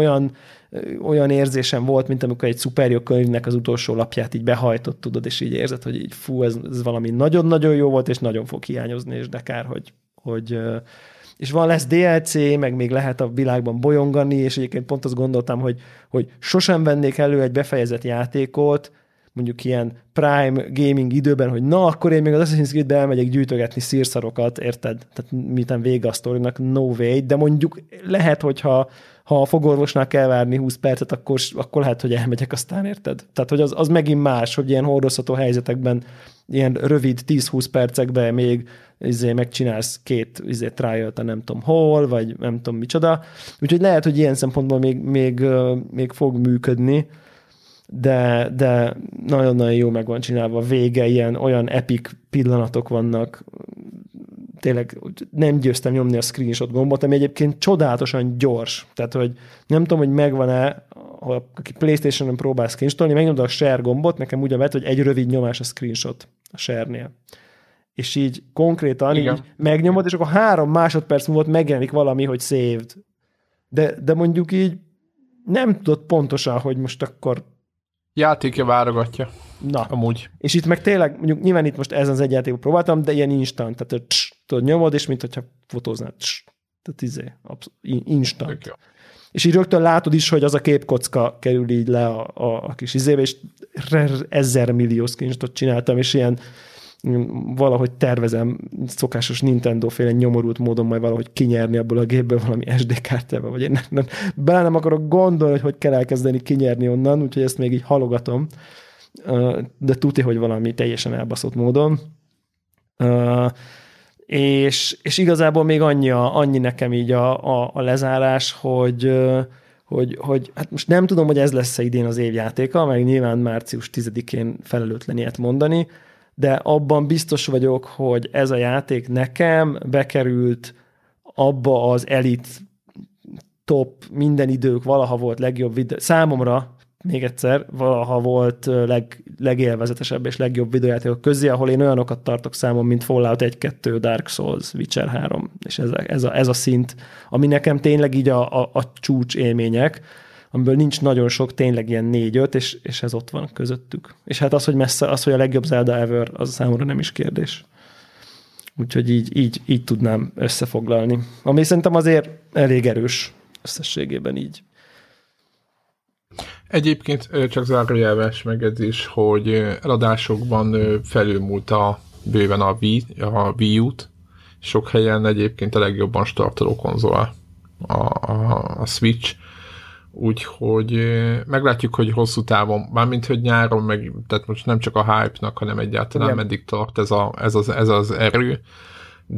olyan érzésem volt, mint amikor egy szuperjó könyvnek az utolsó lapját így behajtott, tudod, és így érzed, hogy így fú, ez valami nagyon-nagyon jó volt, és nagyon fog hiányozni, és de kár, hogy és lesz DLC, meg még lehet a világban bolyongani, és egyébként pont azt gondoltam, hogy sosem vennék elő egy befejezett játékot, mondjuk ilyen prime gaming időben, hogy na, akkor én még az Assassin's Creed-be elmegyek gyűjtögetni szírszarokat, érted? Tehát miután vége a sztorinak, no way, de mondjuk lehet, hogyha a fogorvosnál kell várni 20 percet, akkor lehet, hogy elmegyek, aztán érted? Tehát, hogy az megint más, hogy ilyen hordozható helyzetekben, ilyen rövid 10-20 percekben még megcsinálsz 2 trial-t, nem tudom hol, vagy nem tudom micsoda. Úgyhogy lehet, hogy ilyen szempontból még fog működni, de nagyon-nagyon jó meg van csinálva a vége, olyan epic pillanatok vannak, tényleg nem győztem nyomni a screenshot gombot, ami egyébként csodálatosan gyors. Tehát, hogy nem tudom, hogy megvan-e, ha aki PlayStation-on próbál screenshotolni, megnyomod a share gombot, nekem úgy vett, hogy egy rövid nyomás a screenshot a share-nél. És így konkrétan így megnyomod, és akkor 3 másodperc múlva megjelenik valami, hogy saved. De mondjuk így nem tudod pontosan, hogy most akkor játékja válogatja. Na. Amúgy. És itt meg tényleg, mondjuk nyilván itt most ezen az egy játékot próbáltam, de ilyen instant, tehát tudod, nyomod, és mint hogyha fotóznál. Tehát instant. És így rögtön látod is, hogy az a képkocka kerül így le a kis izébe, és 1000 millió screenshotot csináltam, és ilyen valahogy tervezem szokásos Nintendo-féle nyomorult módon majd valahogy kinyerni abból a gépből valami SD kártyába, vagy én bele nem akarok gondolni, hogy kell elkezdeni kinyerni onnan, úgyhogy ezt még így halogatom, de tudja, hogy valami teljesen elbaszott módon. És igazából még annyi nekem így a lezárás, hogy hát most nem tudom, hogy ez lesz-e idén az év játéka, meg nyilván március 10-én felelőtlen ilyet mondani, de abban biztos vagyok, hogy ez a játék nekem bekerült abba az elit top minden idők valaha volt legjobb videó. Számomra, még egyszer, valaha volt legélvezetesebb és legjobb videójátékok közé, ahol én olyanokat tartok számon, mint Fallout 1-2, Dark Souls, Witcher 3, és ez a szint, ami nekem tényleg így a csúcs élmények, amiből nincs nagyon sok, tényleg ilyen 4-5, és ez ott van közöttük. És hát az, hogy messze, hogy a legjobb Zelda ever, az számomra nem is kérdés. Úgyhogy így tudnám összefoglalni. Ami szerintem azért elég erős összességében így. Egyébként csak zárójelves megjegyzés, hogy eladásokban felülmúlt bőven a Wii U-t. Sok helyen egyébként a legjobban startoló konzol a Switch. Úgyhogy meglátjuk, hogy hosszú távon, mármint, hogy nyáron, tehát most nem csak a hype-nak, hanem egyáltalán meddig tart ez az erő,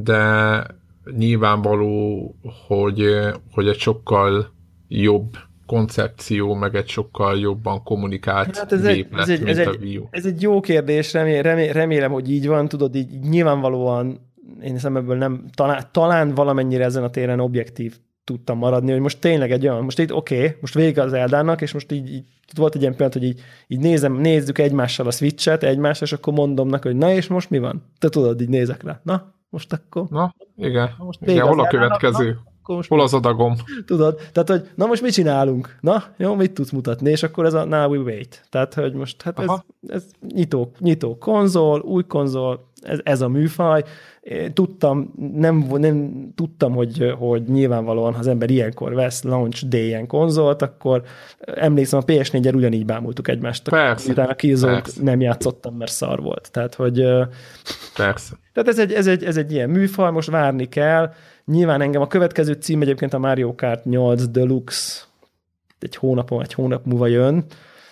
de nyilvánvaló, hogy egy sokkal jobb koncepció, meg egy sokkal jobban kommunikált gép lett, mint a Wii U. Ez egy jó kérdés, remélem, hogy így van, tudod, így nyilvánvalóan én szememből nem, talán valamennyire ezen a téren objektív tudtam maradni, hogy most tényleg egy olyan, most itt most vége az Eldának, és most így volt egy ilyen pillanat, hogy így nézzük egymással a Switch-et, és akkor mondom neki, hogy na és most mi van? Te tudod, így nézek rá. Na, most akkor... Na, igen, hol a következő? Hol az adagom? Tudod, tehát, hogy na most mit csinálunk? Na, jó, mit tudsz mutatni? És akkor ez a now we wait. Tehát, hogy most hát ez nyitó konzol, új konzol, ez a műfaj. Tudtam, nem tudtam, hogy nyilvánvalóan, ha az ember ilyenkor vesz launch day ilyen konzolt, akkor emlékszem, a PS4-el ugyanígy bámultuk egymást. Persze. Utána Killzone-t nem játszottam, mert szar volt. Tehát, hogy... Persze. Tehát ez egy ilyen műfaj, most várni kell. Nyilván engem a következő cím egyébként a Mario Kart 8 Deluxe egy hónap múlva jön.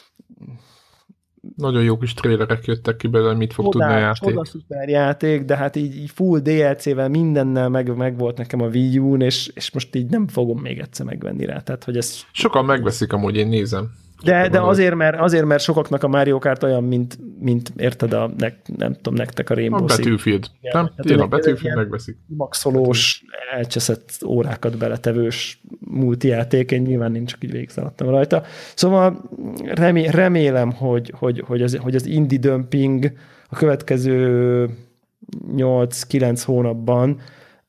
Nagyon jó kis trélerek jöttek ki belőle, mit fog tudni a játék. Csoda szuper játék, de hát így full DLC-vel mindennel meg volt nekem a Wii U-n, és most így nem fogom még egyszer megvenni rá. Tehát, hogy ez... Sokan megveszik, amúgy én nézem. De azért, mert sokaknak a Mario Kart olyan, mint érted, nem tudom, nektek a Rainbow Six. A Battlefield. Nem? Én a Battlefield megveszik. Maxolós, elcseszett órákat beletevős multijáték, én nyilván én csak így végigszaladtam rajta. Szóval remélem, hogy az indie dumping a következő 8-9 hónapban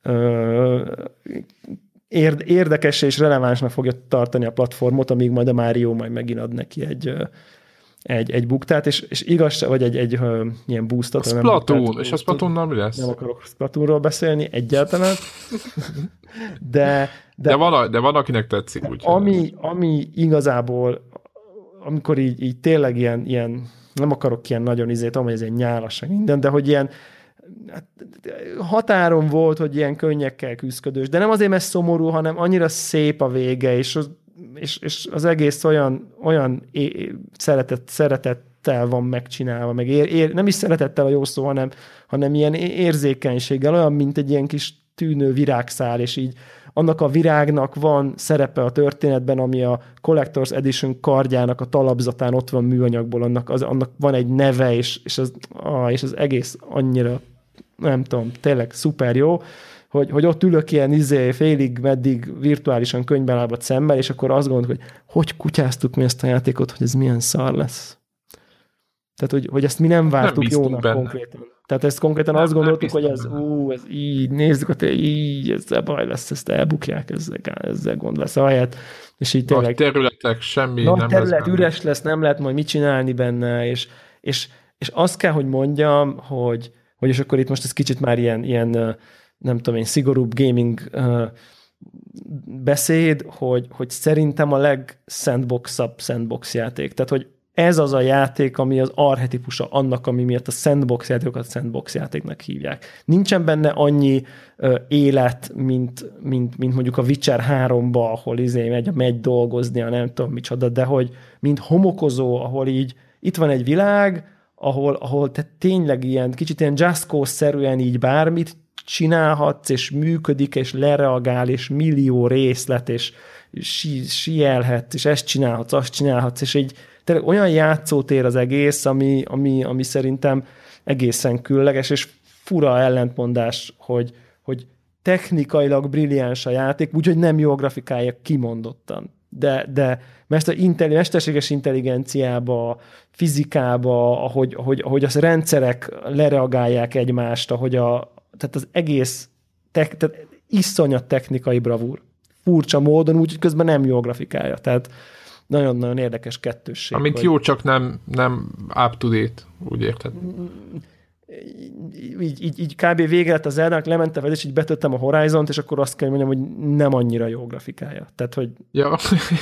érdekes és relevánsnak fogja tartani a platformot, amíg majd a Mario majd megint ad neki egy buktát, és igaz, vagy egy ilyen boostot. A Splatoon, és a Splatoonnal mi lesz? Nem akarok Splatoonról beszélni egyáltalán, de van, akinek tetszik. Úgy ami igazából, amikor így tényleg ilyen, nem akarok ilyen nagyon tudom, hogy ez egy nyálas, minden, de hogy ilyen határon volt, hogy ilyen könnyekkel küzdködős, de nem azért, mert szomorú, hanem annyira szép a vége, és az egész olyan szeretettel van megcsinálva, meg nem is szeretettel a jó szó, hanem ilyen érzékenységgel, olyan, mint egy ilyen kis tűnő virágszál, és így annak a virágnak van szerepe a történetben, ami a Collector's Edition kardjának a talapzatán ott van műanyagból, annak van egy neve, és az egész annyira, nem tudom, tényleg szuper jó, hogy ott ülök ilyen félig meddig virtuálisan könyvben állvat szemmel, és akkor azt gondolom, hogy kutyáztuk mi ezt a játékot, hogy ez milyen szar lesz. Tehát, hogy ezt mi nem vártuk nem jónak benne. Konkrétan. Tehát ezt konkrétan azt gondoltuk, hogy ez így, nézzük, így, ez baj lesz, ezt elbukják, ezzel gond lesz a helyet. És így tényleg... Nagy területek, semmi nem terület lesz üres lesz, nem lehet majd mit csinálni benne, és azt kell, hogy mondjam, hogy és akkor itt most ez kicsit már ilyen nem tudom én, szigorúbb gaming beszéd, hogy szerintem a legszandboxabb sandbox játék. Tehát, hogy ez az a játék, ami az archetipusa annak, ami miatt a sandbox játékokat sandbox játéknak hívják. Nincsen benne annyi élet, mint mondjuk a Witcher 3-ba, ahol megy dolgozni, nem tudom micsoda, de hogy mint homokozó, ahol így itt van egy világ, ahol te tényleg ilyen kicsit ilyen Just Cause-szerűen így bármit csinálhatsz, és működik, és lereagál, és millió részlet, és sielhetsz, és ezt csinálhatsz, azt csinálhatsz, és így tényleg olyan játszótér az egész, ami szerintem egészen különleges, és fura ellentmondás, hogy technikailag brilliáns a játék, úgyhogy nem jó a grafikája kimondottan. De mesterséges intelligenciába, fizikába, ahogy az rendszerek lereagálják egymást, tehát az egész tehát iszonyat technikai bravúr. Furcsa módon, úgyhogy közben nem jó a grafikája. Tehát nagyon-nagyon érdekes kettősség. Amint jó, csak nem up-to-date, úgy érted? Így kb. Vége lett az Zeldának, lement a és így betöltem a Horizont, és akkor azt kell mondjam, hogy nem annyira jó grafikája. Tehát, hogy... Ja.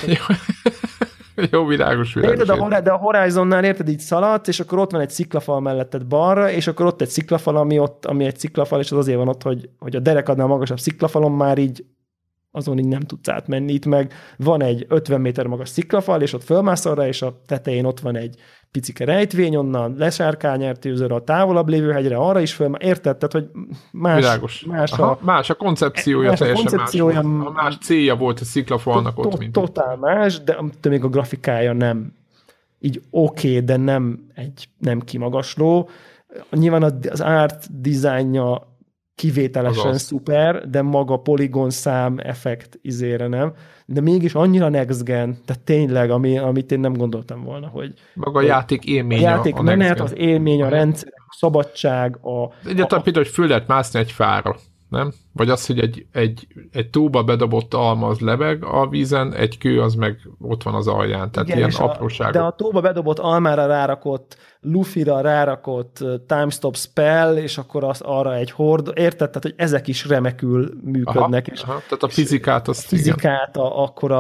Jó, világos. De a Horizonnál érted, így szaladsz, és akkor ott van egy sziklafal melletted balra, és akkor ott egy sziklafal, ami egy sziklafal, és az azért van ott, hogy a derekadnál magasabb sziklafalon már így azon így nem tudsz átmenni. Itt meg van egy 50 méter magas sziklafal, és ott fölmász arra, és a tetején ott van egy picike rejtvény onnan, lesárkányertőzőre, a távolabb lévő hegyre, arra is föl, érted? Tehát, hogy más a koncepciója, teljesen más. A más célja volt a sziklafalnak ott, mint totál más, de még a grafikája nem így oké, de nem kimagasló. Nyilván az art dizájnja kivételesen szuper, de maga poligon szám effekt izére nem. De mégis annyira next gen, tehát tényleg, amit én nem gondoltam volna, hogy... Maga a játék élmény. A játék menet, az élmény, a rendszer, a szabadság, egyáltalán például, hogy föl lehet mászni egy fára, nem? Vagy az, hogy egy tóba bedobott alma az lebeg a vízen, egy kő az meg ott van az alján, tehát igen, ilyen apróságok. De a tóba bedobott almára rárakott, Luffy-ra rárakott time stop spell, és akkor arra egy hord, érted? Tehát, hogy ezek is remekül működnek. Tehát a fizikát azt fizikát, akkor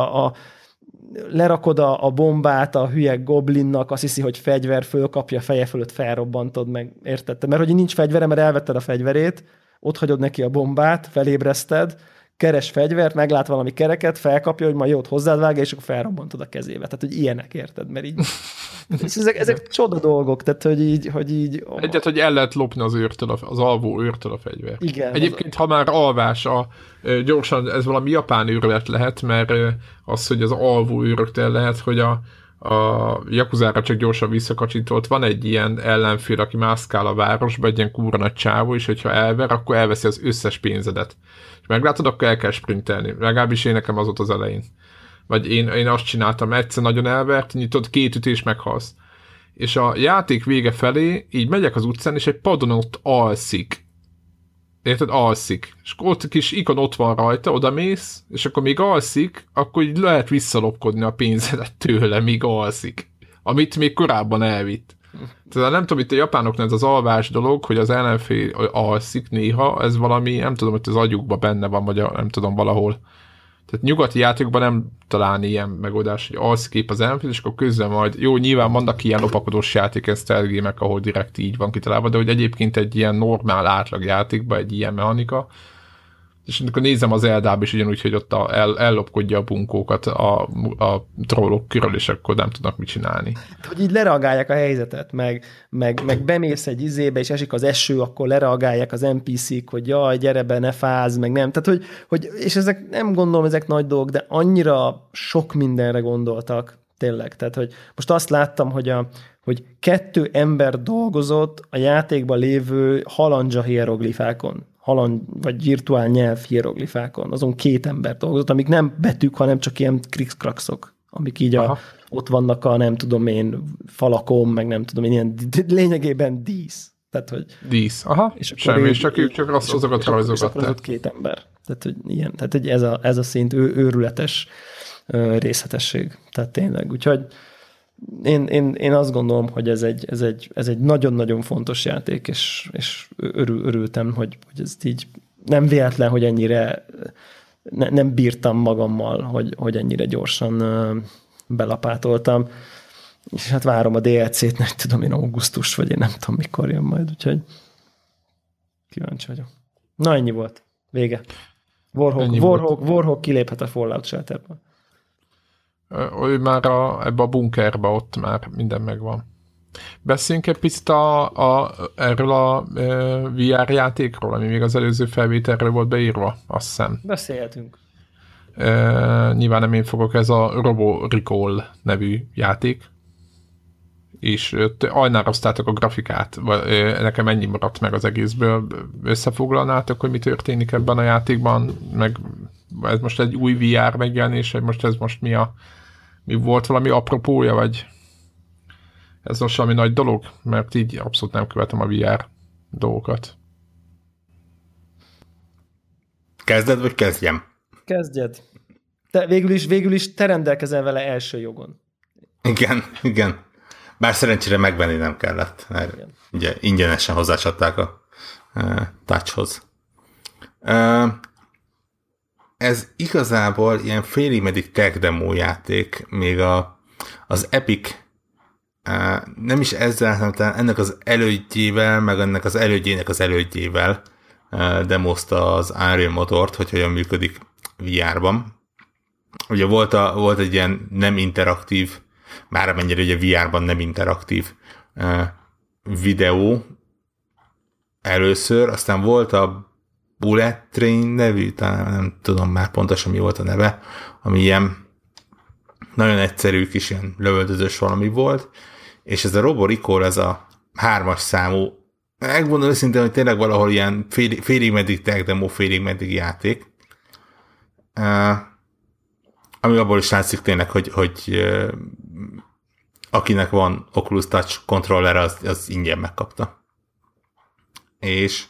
lerakod a bombát a hülye goblinnak, azt hiszi, hogy fegyver, fölkapja, feje fölött felrobbantod meg, érted? Mert hogy nincs fegyvere, mert elvetted a fegyverét, ott hagyod neki a bombát, felébreszted, keres fegyvert, meglát valami kereket, felkapja, hogy majd jót hozzád vágja, és akkor felrobbantod a kezébe. Tehát, hogy ilyenek, érted? Mert így... ezek csoda dolgok, tehát, hogy így... Egyet, hogy el lehet lopni az alvó őrtől a fegyvert. Igen. Egyébként, ha már alvás, gyorsan ez valami japán őrület lehet, mert az, hogy az alvó őröktől lehet, hogy a Yakuzára csak gyorsan visszakacsintott, van egy ilyen ellenfél, aki mászkál a városba, egy ilyen kurva nagy csávó, és hogyha elver, akkor elveszi az összes pénzedet. És meglátod, akkor el kell sprintelni. Legalábbis nekem az ott az elején. Vagy én azt csináltam, egyszer nagyon elvert, nyitod, 2 ütés, meghalsz. És a játék vége felé így megyek az utcán, és egy padon ott alszik. Érted? Alszik. És ott kis ikon ott van rajta, oda mész, és akkor még alszik, akkor így lehet visszalopkodni a pénzedet tőle, míg alszik. Amit még korábban elvitt. Tehát nem tudom, itt a japánoknál ez az alvás dolog, hogy az ellenfél alszik néha, ez valami, nem tudom, hogy az agyukban benne van, vagy nem tudom, valahol. Tehát nyugati játékban nem találni ilyen megoldás, hogy alszik az ellenfél, és akkor közben majd, jó, nyilván vannak ilyen lopakodós játék, stealth gémek, ahol direkt így van kitalálva, de hogy egyébként egy ilyen normál átlag játékban egy ilyen mechanika, és akkor nézem az Eldába is ugyanúgy, hogy ott ellopkodja a bunkókat a trollok körül, és akkor nem tudnak mit csinálni. Hogy így lereagálják a helyzetet, meg bemész egy izébe, és esik az eső, akkor lereagálják az NPC-k, hogy jaj, gyere be, ne fázz, meg nem. Tehát, hogy és ezek nem gondolom, ezek nagy dolgok, de annyira sok mindenre gondoltak, tényleg. Tehát, hogy most azt láttam, hogy 2 ember dolgozott a játékban lévő halandzsa hieroglifákon. Vagy virtuál nyelv hieroglifákon. Azon 2 ember dolgozott, amik nem betűk, hanem csak ilyen krikszkrakszok, amik így ott vannak a nem tudom én falakon, meg nem tudom én, ilyen lényegében dísz. Tehát, hogy dísz, és semmi, és csak ők csak azokat rajzogatták. 2 ember. Tehát, hogy ilyen. Tehát, hogy ez a szint őrületes részletesség. Tehát tényleg. Úgyhogy én azt gondolom, hogy ez egy nagyon-nagyon fontos játék, és örültem, hogy ez így nem véletlen, hogy ennyire nem bírtam magammal, hogy ennyire gyorsan belapátoltam. És hát várom a DLC-t, nem tudom én augusztus, vagy én nem tudom mikor jön majd, úgyhogy kíváncsi vagyok. Na, ennyi volt. Vége. Warhawk kiléphet a Fallout Shelterből. Már ebbe a bunkerbe ott már minden megvan. Beszéljünk egy picit erről a VR játékról, ami még az előző felvételről volt beírva, azt hiszem. Beszélhetünk. Nyilván nem én fogok, ez a Robo Recall nevű játék, és ajnároztátok a grafikát, nekem ennyi maradt meg az egészből. Összefoglalnátok, hogy mi történik ebben a játékban, meg ez most egy új VR megjelenés, most ez most mi volt valami apropója, vagy ez most valami nagy dolog? Mert így abszolút nem követem a VR dolgokat. Kezded, vagy kezdjem? Kezdjed. Te végül is te rendelkezel vele első jogon. Igen. Bár szerencsére megvenni nem kellett, mert ugye ingyenesen hozzácsatták a Touchhoz. Ez igazából ilyen félig meddig tech demo játék, még az Epic nem is ezzel, hanem talán ennek az elődjével, meg ennek az elődjének az elődjével demozta az Unreal motort, hogy hogyan működik VR-ban. Ugye volt egy ilyen nem interaktív már amennyire ugye VR-ban nem interaktív videó először, aztán volt a Bullet Train nevű, talán nem tudom már pontosan mi volt a neve, ami ilyen nagyon egyszerű kis ilyen lövöldözős valami volt, és ez a Robo Recall, ez a 3-as számú, megmondom őszintén, hogy tényleg valahol ilyen félig meddig tech demo, félig meddig játék, ami abból is látszik tényleg, hogy akinek van Oculus Touch controller, az ingyen megkapta. És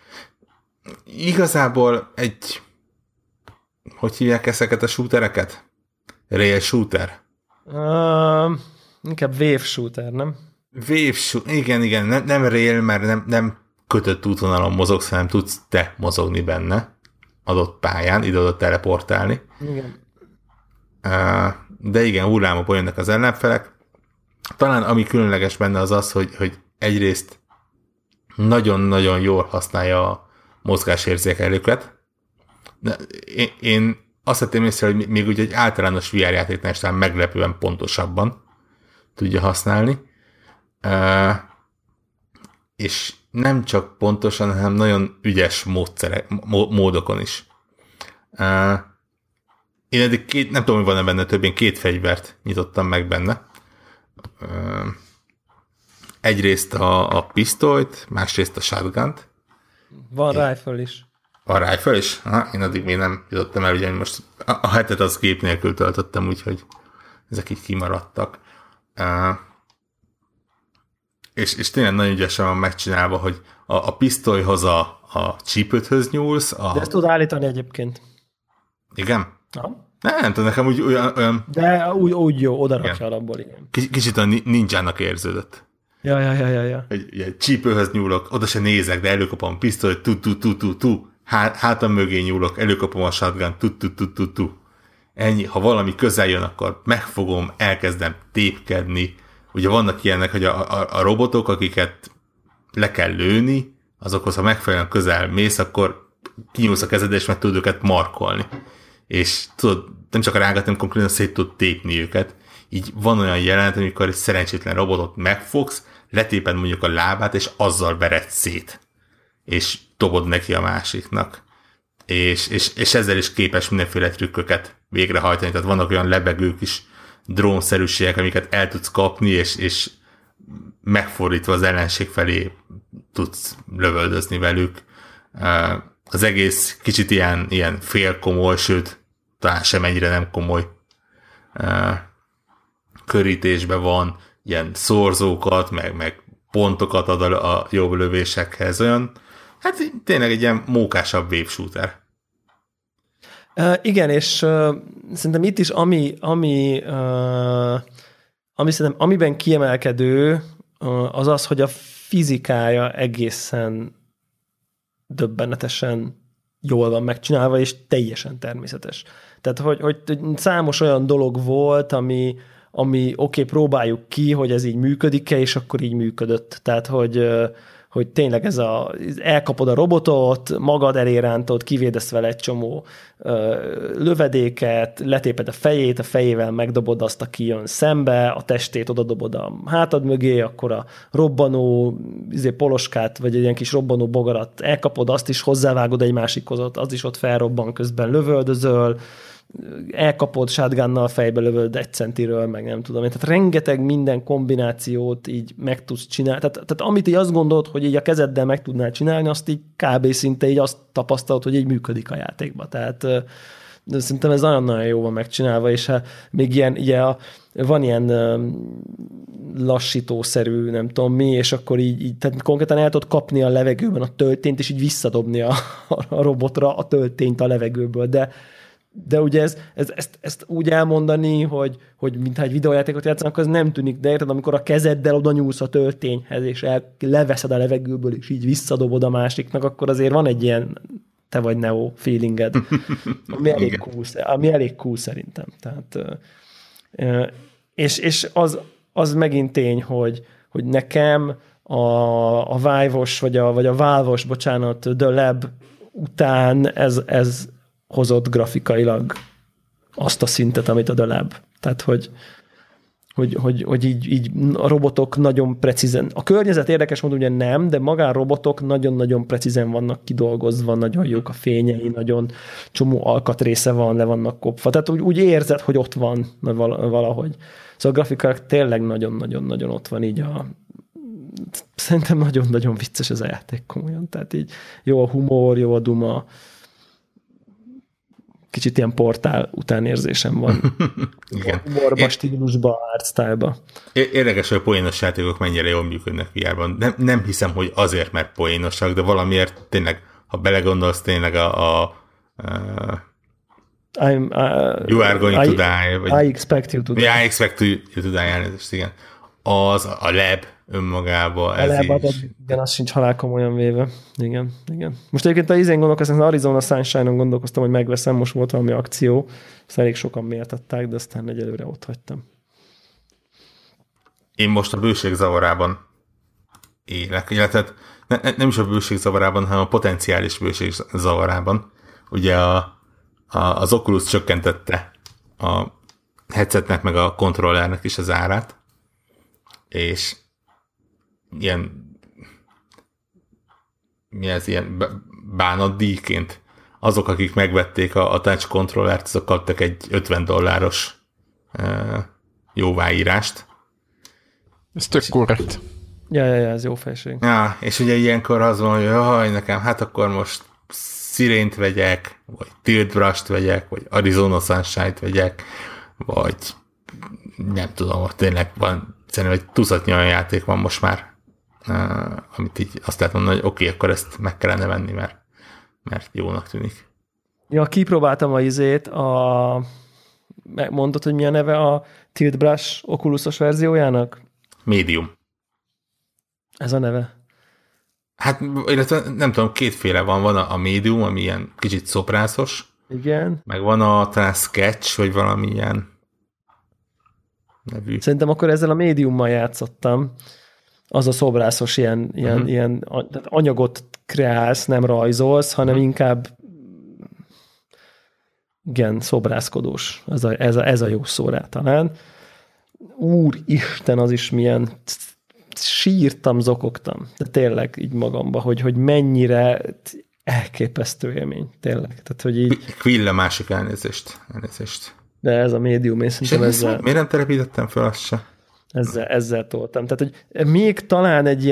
igazából hogy hívják ezeket a shootereket? Rail shooter? Inkább wave shooter, nem? Wave shooter, igen, nem rail, mert nem kötött útvonalon mozogsz, hanem tudsz te mozogni benne adott pályán, ide-oda teleportálni. Igen. De igen, hullámokból jönnek az ellenfelek. Talán ami különleges benne az az, hogy egyrészt nagyon-nagyon jól használja a mozgásérzékelőket. Én azt vettem észre, hogy még úgy egy általános VR játéknál is talán meglepően pontosabban tudja használni. És nem csak pontosan, hanem nagyon ügyes módokon is. Én eddig nem tudom, hogy van-e benne több, én 2 fegyvert nyitottam meg benne. Egyrészt a pisztolyt, másrészt a shotgunt. Van rifle is. Van rifle is? Én addig még nem jutottam el, ugye most a hetet az gép nélkül töltöttem, úgyhogy ezek így kimaradtak. És tényleg nagyon ügyesen van megcsinálva, hogy a pisztolyhoz a csípőthöz nyúlsz. De ezt tud állítani egyébként. Igen? Aha. Nem tudom, nekem úgy olyan... De úgy jó, oda rakja alapból, igen. Kicsit a ninjának érződött. Ja. Hogy ugye, csípőhöz nyúlok, oda se nézek, de előkapom a pisztolyt, hátam mögé nyúlok, előkapom a shotgun, Ennyi, ha valami közel jön, akkor megfogom, elkezdem tépkedni. Ugye vannak ilyenek, hogy a robotok, akiket le kell lőni, azokhoz, ha megfelelően közel mész, akkor kinyúlsz a kezed, és meg tudod őket markolni. És tudod, nem csak rágatni, hanem konkrétan szét tudod tépni őket. Így van olyan jelenet, amikor egy szerencsétlen robotot megfogsz, letéped mondjuk a lábát, és azzal vered szét. És dobod neki a másiknak. És ezzel is képes mindenféle trükköket végrehajtani. Tehát vannak olyan lebegők is, drónszerűségek, amiket el tudsz kapni, és megfordítva az ellenség felé tudsz lövöldözni velük. Az egész kicsit ilyen félkomoly, sőt, talán semennyire nem komoly körítésben van, ilyen szorzókat, meg pontokat ad a jobb lövésekhez, olyan, hát tényleg egy ilyen mókásabb wave shooter. Igen, és szerintem itt is, ami szerintem amiben kiemelkedő, az az, hogy a fizikája egészen döbbenetesen jól van megcsinálva, és teljesen természetes. Tehát, hogy számos olyan dolog volt, ami oké, próbáljuk ki, hogy ez így működik-e, és akkor így működött. Tehát, hogy tényleg elkapod a robotot, magad elé rántod, kivédesz vele egy csomó lövedéket, letéped a fejével megdobod azt, aki jön szembe, a testét odadobod a hátad mögé, akkor a robbanó poloskát, vagy egy ilyen kis robbanó bogarat elkapod, azt is hozzávágod egy másikhoz, az is ott felrobban, közben lövöldözöl, elkapod, shotgunnal fejbe lövöd 1 centiről, meg nem tudom. Tehát rengeteg minden kombinációt így meg tudsz csinálni. Tehát amit így azt gondolod, hogy így a kezeddel meg tudnál csinálni, azt így kb. Szinte így azt tapasztalod, hogy így működik a játékban. Tehát szerintem ez nagyon-nagyon jó van megcsinálva, és még ilyen, ugye van ilyen lassítószerű, nem tudom mi, és akkor így tehát konkrétan el tudod kapni a levegőben a töltényt, és így visszadobni a robotra a töltényt a levegőből, de ugye ezt úgy elmondani, hogy mintha egy videójátékot játszanak, az nem tűnik, de érted, amikor a kezeddel oda nyúlsz a töltényhez, és leveszed a levegőből, és így visszadobod a másiknak, akkor azért van egy ilyen te vagy Neo feelinged, ami elég cool szerintem. Tehát, és az megint tény, hogy nekem a Vive-os, vagy a Valve-os, bocsánat, The Lab után ez hozott grafikailag azt a szintet, amit a The Lab. Tehát, hogy hogy így a robotok nagyon precízen. A környezet érdekes módon ugye nem, de magán a robotok nagyon-nagyon precízen vannak kidolgozva, nagyon jók a fényei, nagyon csomó alkatrésze van, le vannak kopva. Tehát úgy érzed, hogy ott van valahogy. Szóval a grafikák tényleg nagyon-nagyon-nagyon ott van így szerintem nagyon-nagyon vicces ez a játék komolyan. Tehát így jó a humor, jó a duma, kicsit ilyen portál utánérzésem van. Igen. Humorba, stílusba, artstyle-ba. Érdekes, hogy a poénos játékok mennyire jól működnek VR-ban. Nem hiszem, hogy azért, mert poénosak, de valamiért tényleg, ha belegondolsz, tényleg you are going to die. Vagy, I expect you to die. I expect you to die, elnézést, igen. Az a lab önmagában. Igen, az sincs halál komolyan véve. Igen. Most egyébként az gondolkoztam, az Arizona Sunshine-on gondolkoztam, hogy megveszem, most volt valami akció, azt elég sokan méltatták, de aztán egyelőre ott hagytam. Én most a bőség zavarában élek, illetve nem is a bőség zavarában, hanem a potenciális bőség zavarában. Ugye az Oculus csökkentette a headsetnek meg a kontrollernek is az árát, és ilyen bánatdíjként azok, akik megvették a touch controllert, azok kaptak egy $50 jóváírást. Ez tök korrekt. Ja, ez jó felség. Ja, és ugye ilyenkor az van, hogy jaj, nekem, hát akkor most Sirént vegyek, vagy Tilt Brush-t vegyek, vagy Arizona Sunshine-t vegyek, vagy nem tudom, tényleg van, szerintem egy tucatnyi olyan játék van most már, amit így azt lehet mondani, hogy oké, akkor ezt meg kellene venni, mert jónak tűnik. Ja, kipróbáltam mondod, hogy mi a neve a Tilt Brush Oculusos verziójának? Medium. Ez a neve? Hát, illetve nem tudom, kétféle van a Medium, ami ilyen kicsit szoprászos. Igen. Meg van talán Sketch, vagy valami ilyen nevű. Szerintem akkor ezzel a médiummal játszottam. Az a szobrászos ilyen tehát anyagot kreálsz, nem rajzolsz, hanem inkább igen, szobrászkodós. Ez a jó szó rá talán. Úristen, az is milyen sírtam, zokogtam. De tényleg így magamba, hogy mennyire elképesztő élmény. Tényleg. Tehát, hogy így... Quilla másik elnézést. De ez a médium, és szerintem ezzel... Miért nem telepítettem fel azt se? Ezzel toltam. Tehát, hogy még talán egy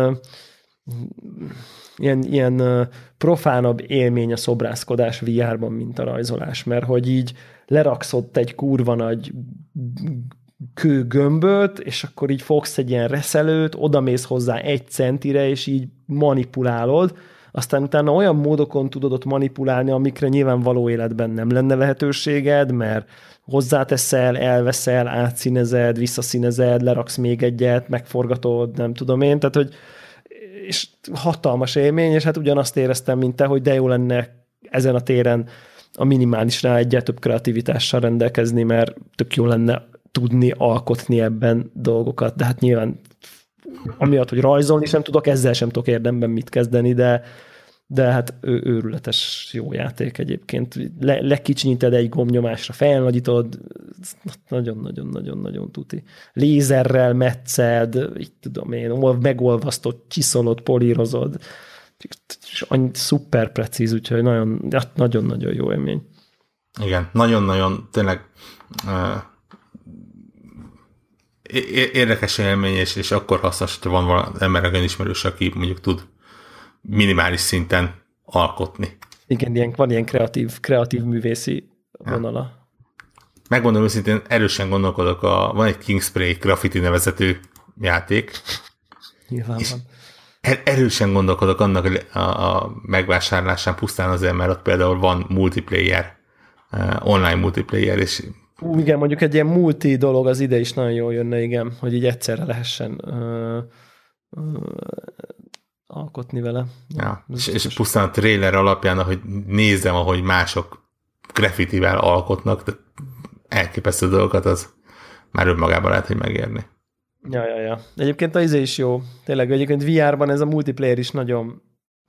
ilyen profánabb élmény a szobrászkodás VR-ban, mint a rajzolás, mert hogy így leraksz ott egy kurva nagy kőgömböt, és akkor így fogsz egy ilyen reszelőt, odamész hozzá 1 centire, és így manipulálod, aztán utána olyan módokon tudod ott manipulálni, amikre nyilván való életben nem lenne lehetőséged, mert hozzáteszel, elveszel, átszínezed, visszaszínezed, leraksz még egyet, megforgatod, nem tudom én, tehát hogy és hatalmas élmény, és hát ugyanazt éreztem, mint te, hogy de jó lenne ezen a téren a minimálisnál egyel több kreativitással rendelkezni, mert tök jó lenne tudni alkotni ebben dolgokat, de hát nyilván amiatt, hogy rajzolni sem tudok, ezzel sem tudok érdemben mit kezdeni, de hát őrületes jó játék egyébként. Lekicsinyíted egy gombnyomásra, felnagyítod, nagyon-nagyon-nagyon-nagyon tuti. Lézerrel metszed, így tudom én, megolvasztod, csiszolod, polírozod, és szuper precíz, úgyhogy nagyon-nagyon jó élmény. Igen, nagyon-nagyon tényleg érdekes élmény, és akkor hasznos, hogy van valami emberek önismerős, aki mondjuk tud minimális szinten alkotni. Igen, van ilyen kreatív művészi vonala. Megmondom őszintén, erősen gondolkodok, van egy Kingspray Graffiti nevezetű játék. Nyilván van. Erősen gondolkodok annak a megvásárlásán pusztán azért, mert ott például van multiplayer, online multiplayer, és igen, mondjuk egy ilyen multi dolog az ide is nagyon jól jönne, igen, hogy így egyszerre lehessen alkotni vele. Ja, és pusztán a trailer alapján, ahogy nézem, ahogy mások graffitivel alkotnak, de elképesztő dolgokat, az már önmagában lehet, hogy megérni. Ja. Egyébként az is jó. Tényleg, egyébként VR-ban ez a multiplayer is nagyon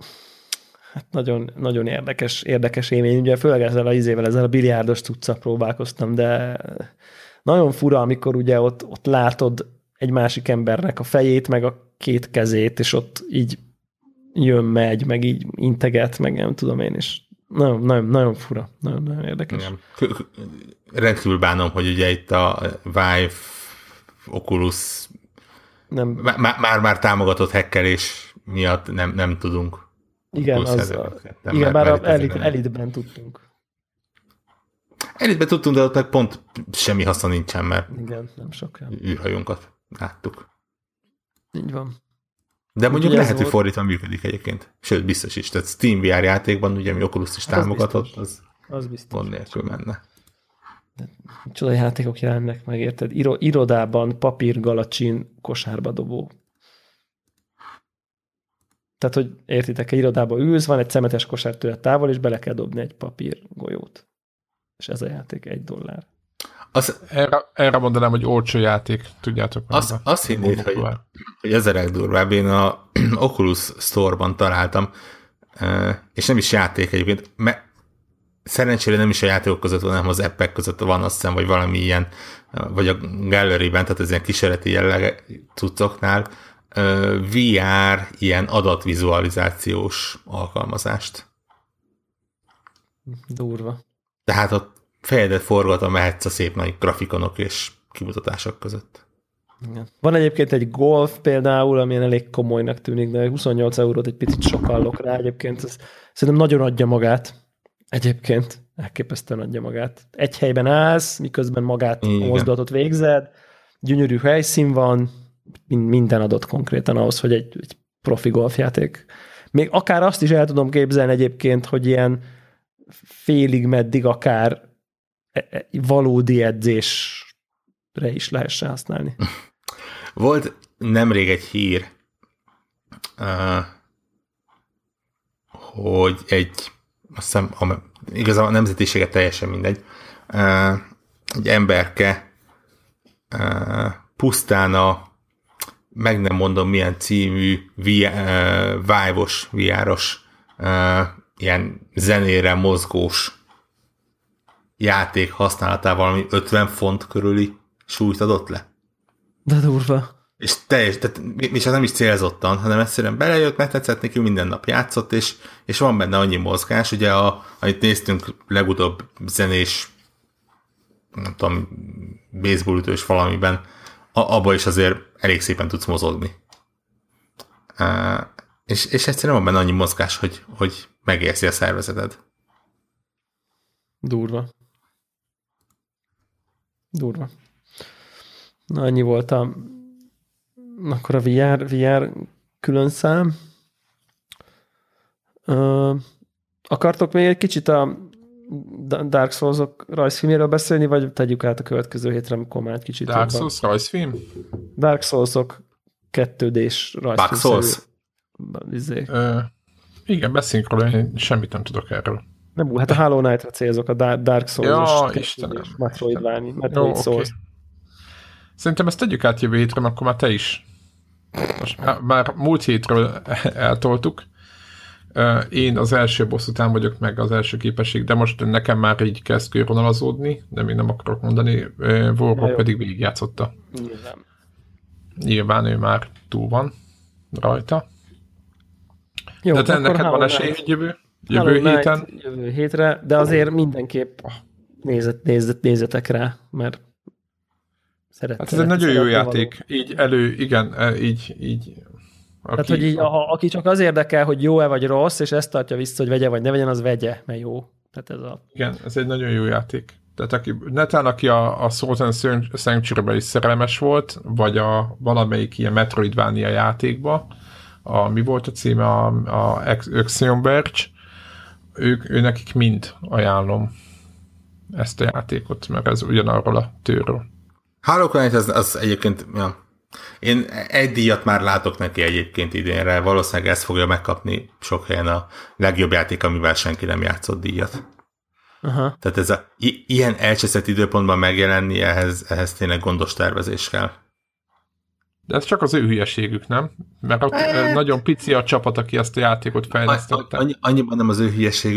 nagyon érdekes élmény. Ugye főleg ezzel a biliárdos cuccal próbálkoztam, de nagyon fura, amikor ugye ott látod egy másik embernek a fejét, meg a két kezét, és ott így megy, meg így integet, meg nem tudom én is. Nagyon fura, nagyon érdekes. Igen. Rendkívül bánom, hogy ugye itt a Vive, Oculus már támogatott hackelés miatt nem tudunk. Igen, igen, bár Elite-ben tudtunk. Elite-ben tudtunk, de ott meg pont semmi haszna nincsen, mert igen, nem sok. űrhajónkat láttuk. Így van. De mondjuk lehet, hogy fordítva működik egyébként. Sőt, biztos is. Tehát Steam VR játékban, ugye, ami Oculus is támogatott, az biztos. Gond nélkül menne. Csoda játékok jelennek meg, érted? Irodában papírgalacsin kosárba dobó. Tehát, hogy értitek, egy irodába ülsz, van egy szemetes kosár tőle távol, és bele kell dobni egy papír golyót. És ez a játék $1. Erre mondanám, hogy olcsó játék, tudjátok. Azt hinnéd, hogy ezerek durvább. Én a Oculus Store-ban találtam, és nem is játék egyébként, mert szerencsére nem is a játékok között van, hanem az appek között van, azt hiszem, vagy valami ilyen, vagy a gallery-ben, tehát az ilyen kísérleti jelleg cuccoknál, VR ilyen adatvizualizációs alkalmazást. Durva. Tehát ott fejedet forgatva mehetsz a szép nagy grafikonok és kimutatások között. Igen. Van egyébként egy golf például, amilyen elég komolynak tűnik, de 28 eurót egy picit sokallok rá egyébként. Ez szerintem nagyon adja magát. Egyébként elképesztően adja magát. Egy helyben állsz, miközben magát a mozdulatot végzed, gyönyörű helyszín van, minden adott konkrétan ahhoz, hogy egy profi golfjáték. Még akár azt is el tudom képzelni egyébként, hogy ilyen félig meddig akár valódi edzésre is lehessen használni. Volt nemrég egy hír, hogy azt hiszem, igazából a nemzetiséget teljesen mindegy, egy emberke pusztán meg nem mondom milyen című Vive-os, VR-os ilyen zenére mozgós játék használatával valami 50 font körüli súlyt adott le. De durva. És és nem is célzottan, hanem egyszerűen belejött, megtetszett neki, minden nap játszott, és van benne annyi mozgás, ugye amit néztünk legutóbb zenés, nem tudom, baseballütős valamiben, abban is azért elég szépen tudsz mozogni. És egyszerűen van benne annyi mozgás, hogy megérzi a szervezeted. Durva. Na, annyi volt akkor a VR külön szám. Akartok még egy kicsit a Dark Souls-ok rajzfilméről beszélni, vagy tegyük át a következő hétre, amikor már egy kicsit Dark Souls rajzfilm? Dark Souls-ok 2D-s rajzfilm. Dark Souls? Igen, beszéljünk róla, én semmit nem tudok erről. Nem, hát a Hollow Knight-ra célzok, a Dark Souls-os Istenem. Metroid Souls. Szerintem ezt tegyük át jövő hétre, akkor már te is. Most már múlt hétről eltoltuk. Én az első boss után vagyok, meg az első képesség, de most nekem már így kezd körvonalazódni, de még nem akarok mondani. Warrock pedig végigjátszotta. Nyilván ő már túl van rajta. Jó, de te neked van esély jövő hétre, de azért mindenképp nézzetek rá, mert szerettem. Hát ez egy nagyon jó játék. Így így tehát, hogy így, aki csak az érdekel, hogy jó-e vagy rossz, és ezt tartja vissza, hogy vegye vagy ne vegyen, az vegye, mert jó. Tehát igen, ez egy nagyon jó játék. Tehát aki a Salt and Sanctuary-ben is szerelmes volt, vagy valamelyik ilyen Metroidvania játékba, mi volt a címe? A Axiom Verge, ő nekik mind ajánlom ezt a játékot, mert ez ugyanarról a tőről. Hollow Knight az egyébként, ja. Én egy díjat már látok neki egyébként idénre, valószínűleg ezt fogja megkapni sok helyen a legjobb játék, amivel senki nem játszott díjat. Aha. Tehát ez ilyen elcseszett időpontban megjelenni, ehhez tényleg gondos tervezés kell. De ez csak az ő hülyeségük, nem? Mert ott nagyon pici a csapat, aki ezt a játékot fejlesztette. Annyiban nem az ő hülyeségük,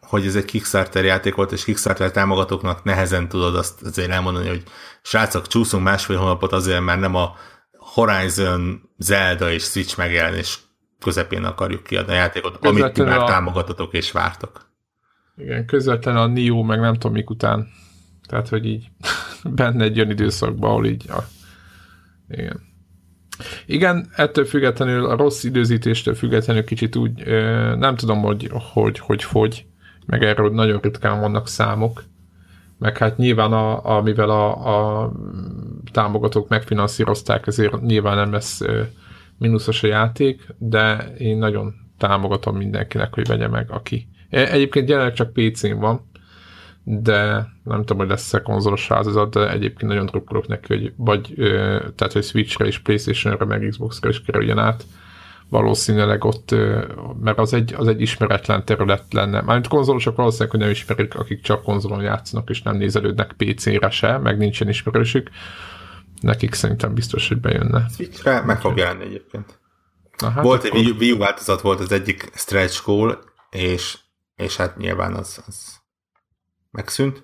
hogy ez egy Kickstarter játék volt, és Kickstarter támogatóknak nehezen tudod azt azért elmondani, hogy srácok, csúszunk másfél hónapot azért, mert nem a Horizon, Zelda és Switch megjelenés közepén akarjuk kiadni a játékot, amit ti már támogatotok és vártok. Igen, közvetlenül a Nio, meg nem tudom mik után. Tehát, hogy így benne egy olyan időszakban, ahol így... Igen. Igen, ettől függetlenül, a rossz időzítéstől függetlenül kicsit úgy, nem tudom, hogy fogy, meg erről nagyon ritkán vannak számok, meg hát nyilván mivel a támogatók megfinanszírozták, ezért nyilván nem lesz mínuszos a játék, de én nagyon támogatom mindenkinek, hogy vegye meg, aki. Egyébként jelenleg csak PC-n van, de nem tudom, hogy lesz-e konzolos változat, de egyébként nagyon drukkolok neki, hogy tehát, hogy Switchre és PlayStation-re, meg Xbox-ra is kerüljen át. Valószínűleg ott, mert az egy ismeretlen terület lenne. Mármint konzolosok valószínűleg, hogy nem ismerik, akik csak konzolon játszanak, és nem nézelődnek PC-re se, meg nincsen ismerősük. Nekik szerintem biztos, hogy bejönne. Switchre meg fog jelenni egyébként. Hát volt akkor... egy Wii U változat, volt az egyik stretch goal, és hát nyilván az megszűnt,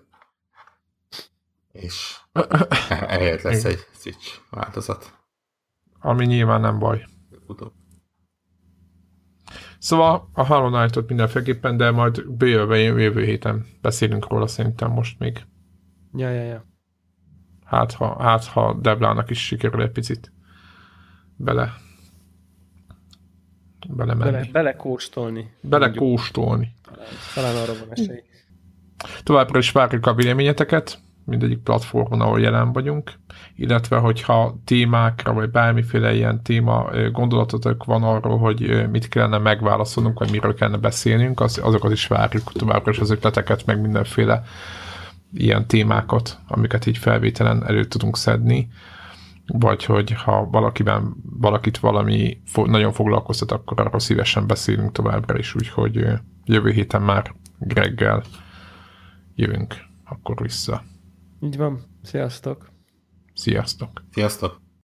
és ehelyett lesz egy Switch változat. Ami nyilván nem baj. Szóval a Hollow Knight-ot mindenféleképpen, de majd bőjölve jövő héten beszélünk róla szerintem most még. Ja. Hát ha Deblának is sikerül egy picit belemenni. Belekóstolni. Belekóstolni. Talán arra van esély. Továbbra is várjuk a véleményeteket, mindegyik platformon, ahol jelen vagyunk, illetve hogyha témákra, vagy bármiféle ilyen téma gondolatotok van arról, hogy mit kellene megválaszolnunk, vagy miről kellene beszélnünk, azokat is várjuk továbbra is az ötleteket, meg mindenféle ilyen témákat, amiket így felvételen elő tudunk szedni, vagy hogy ha valakit valami nagyon foglalkoztat, akkor arról szívesen beszélünk továbbra is, úgyhogy jövő héten már Greggel jövünk akkor vissza. Így van. Sziasztok! Sziasztok! Sziasztok!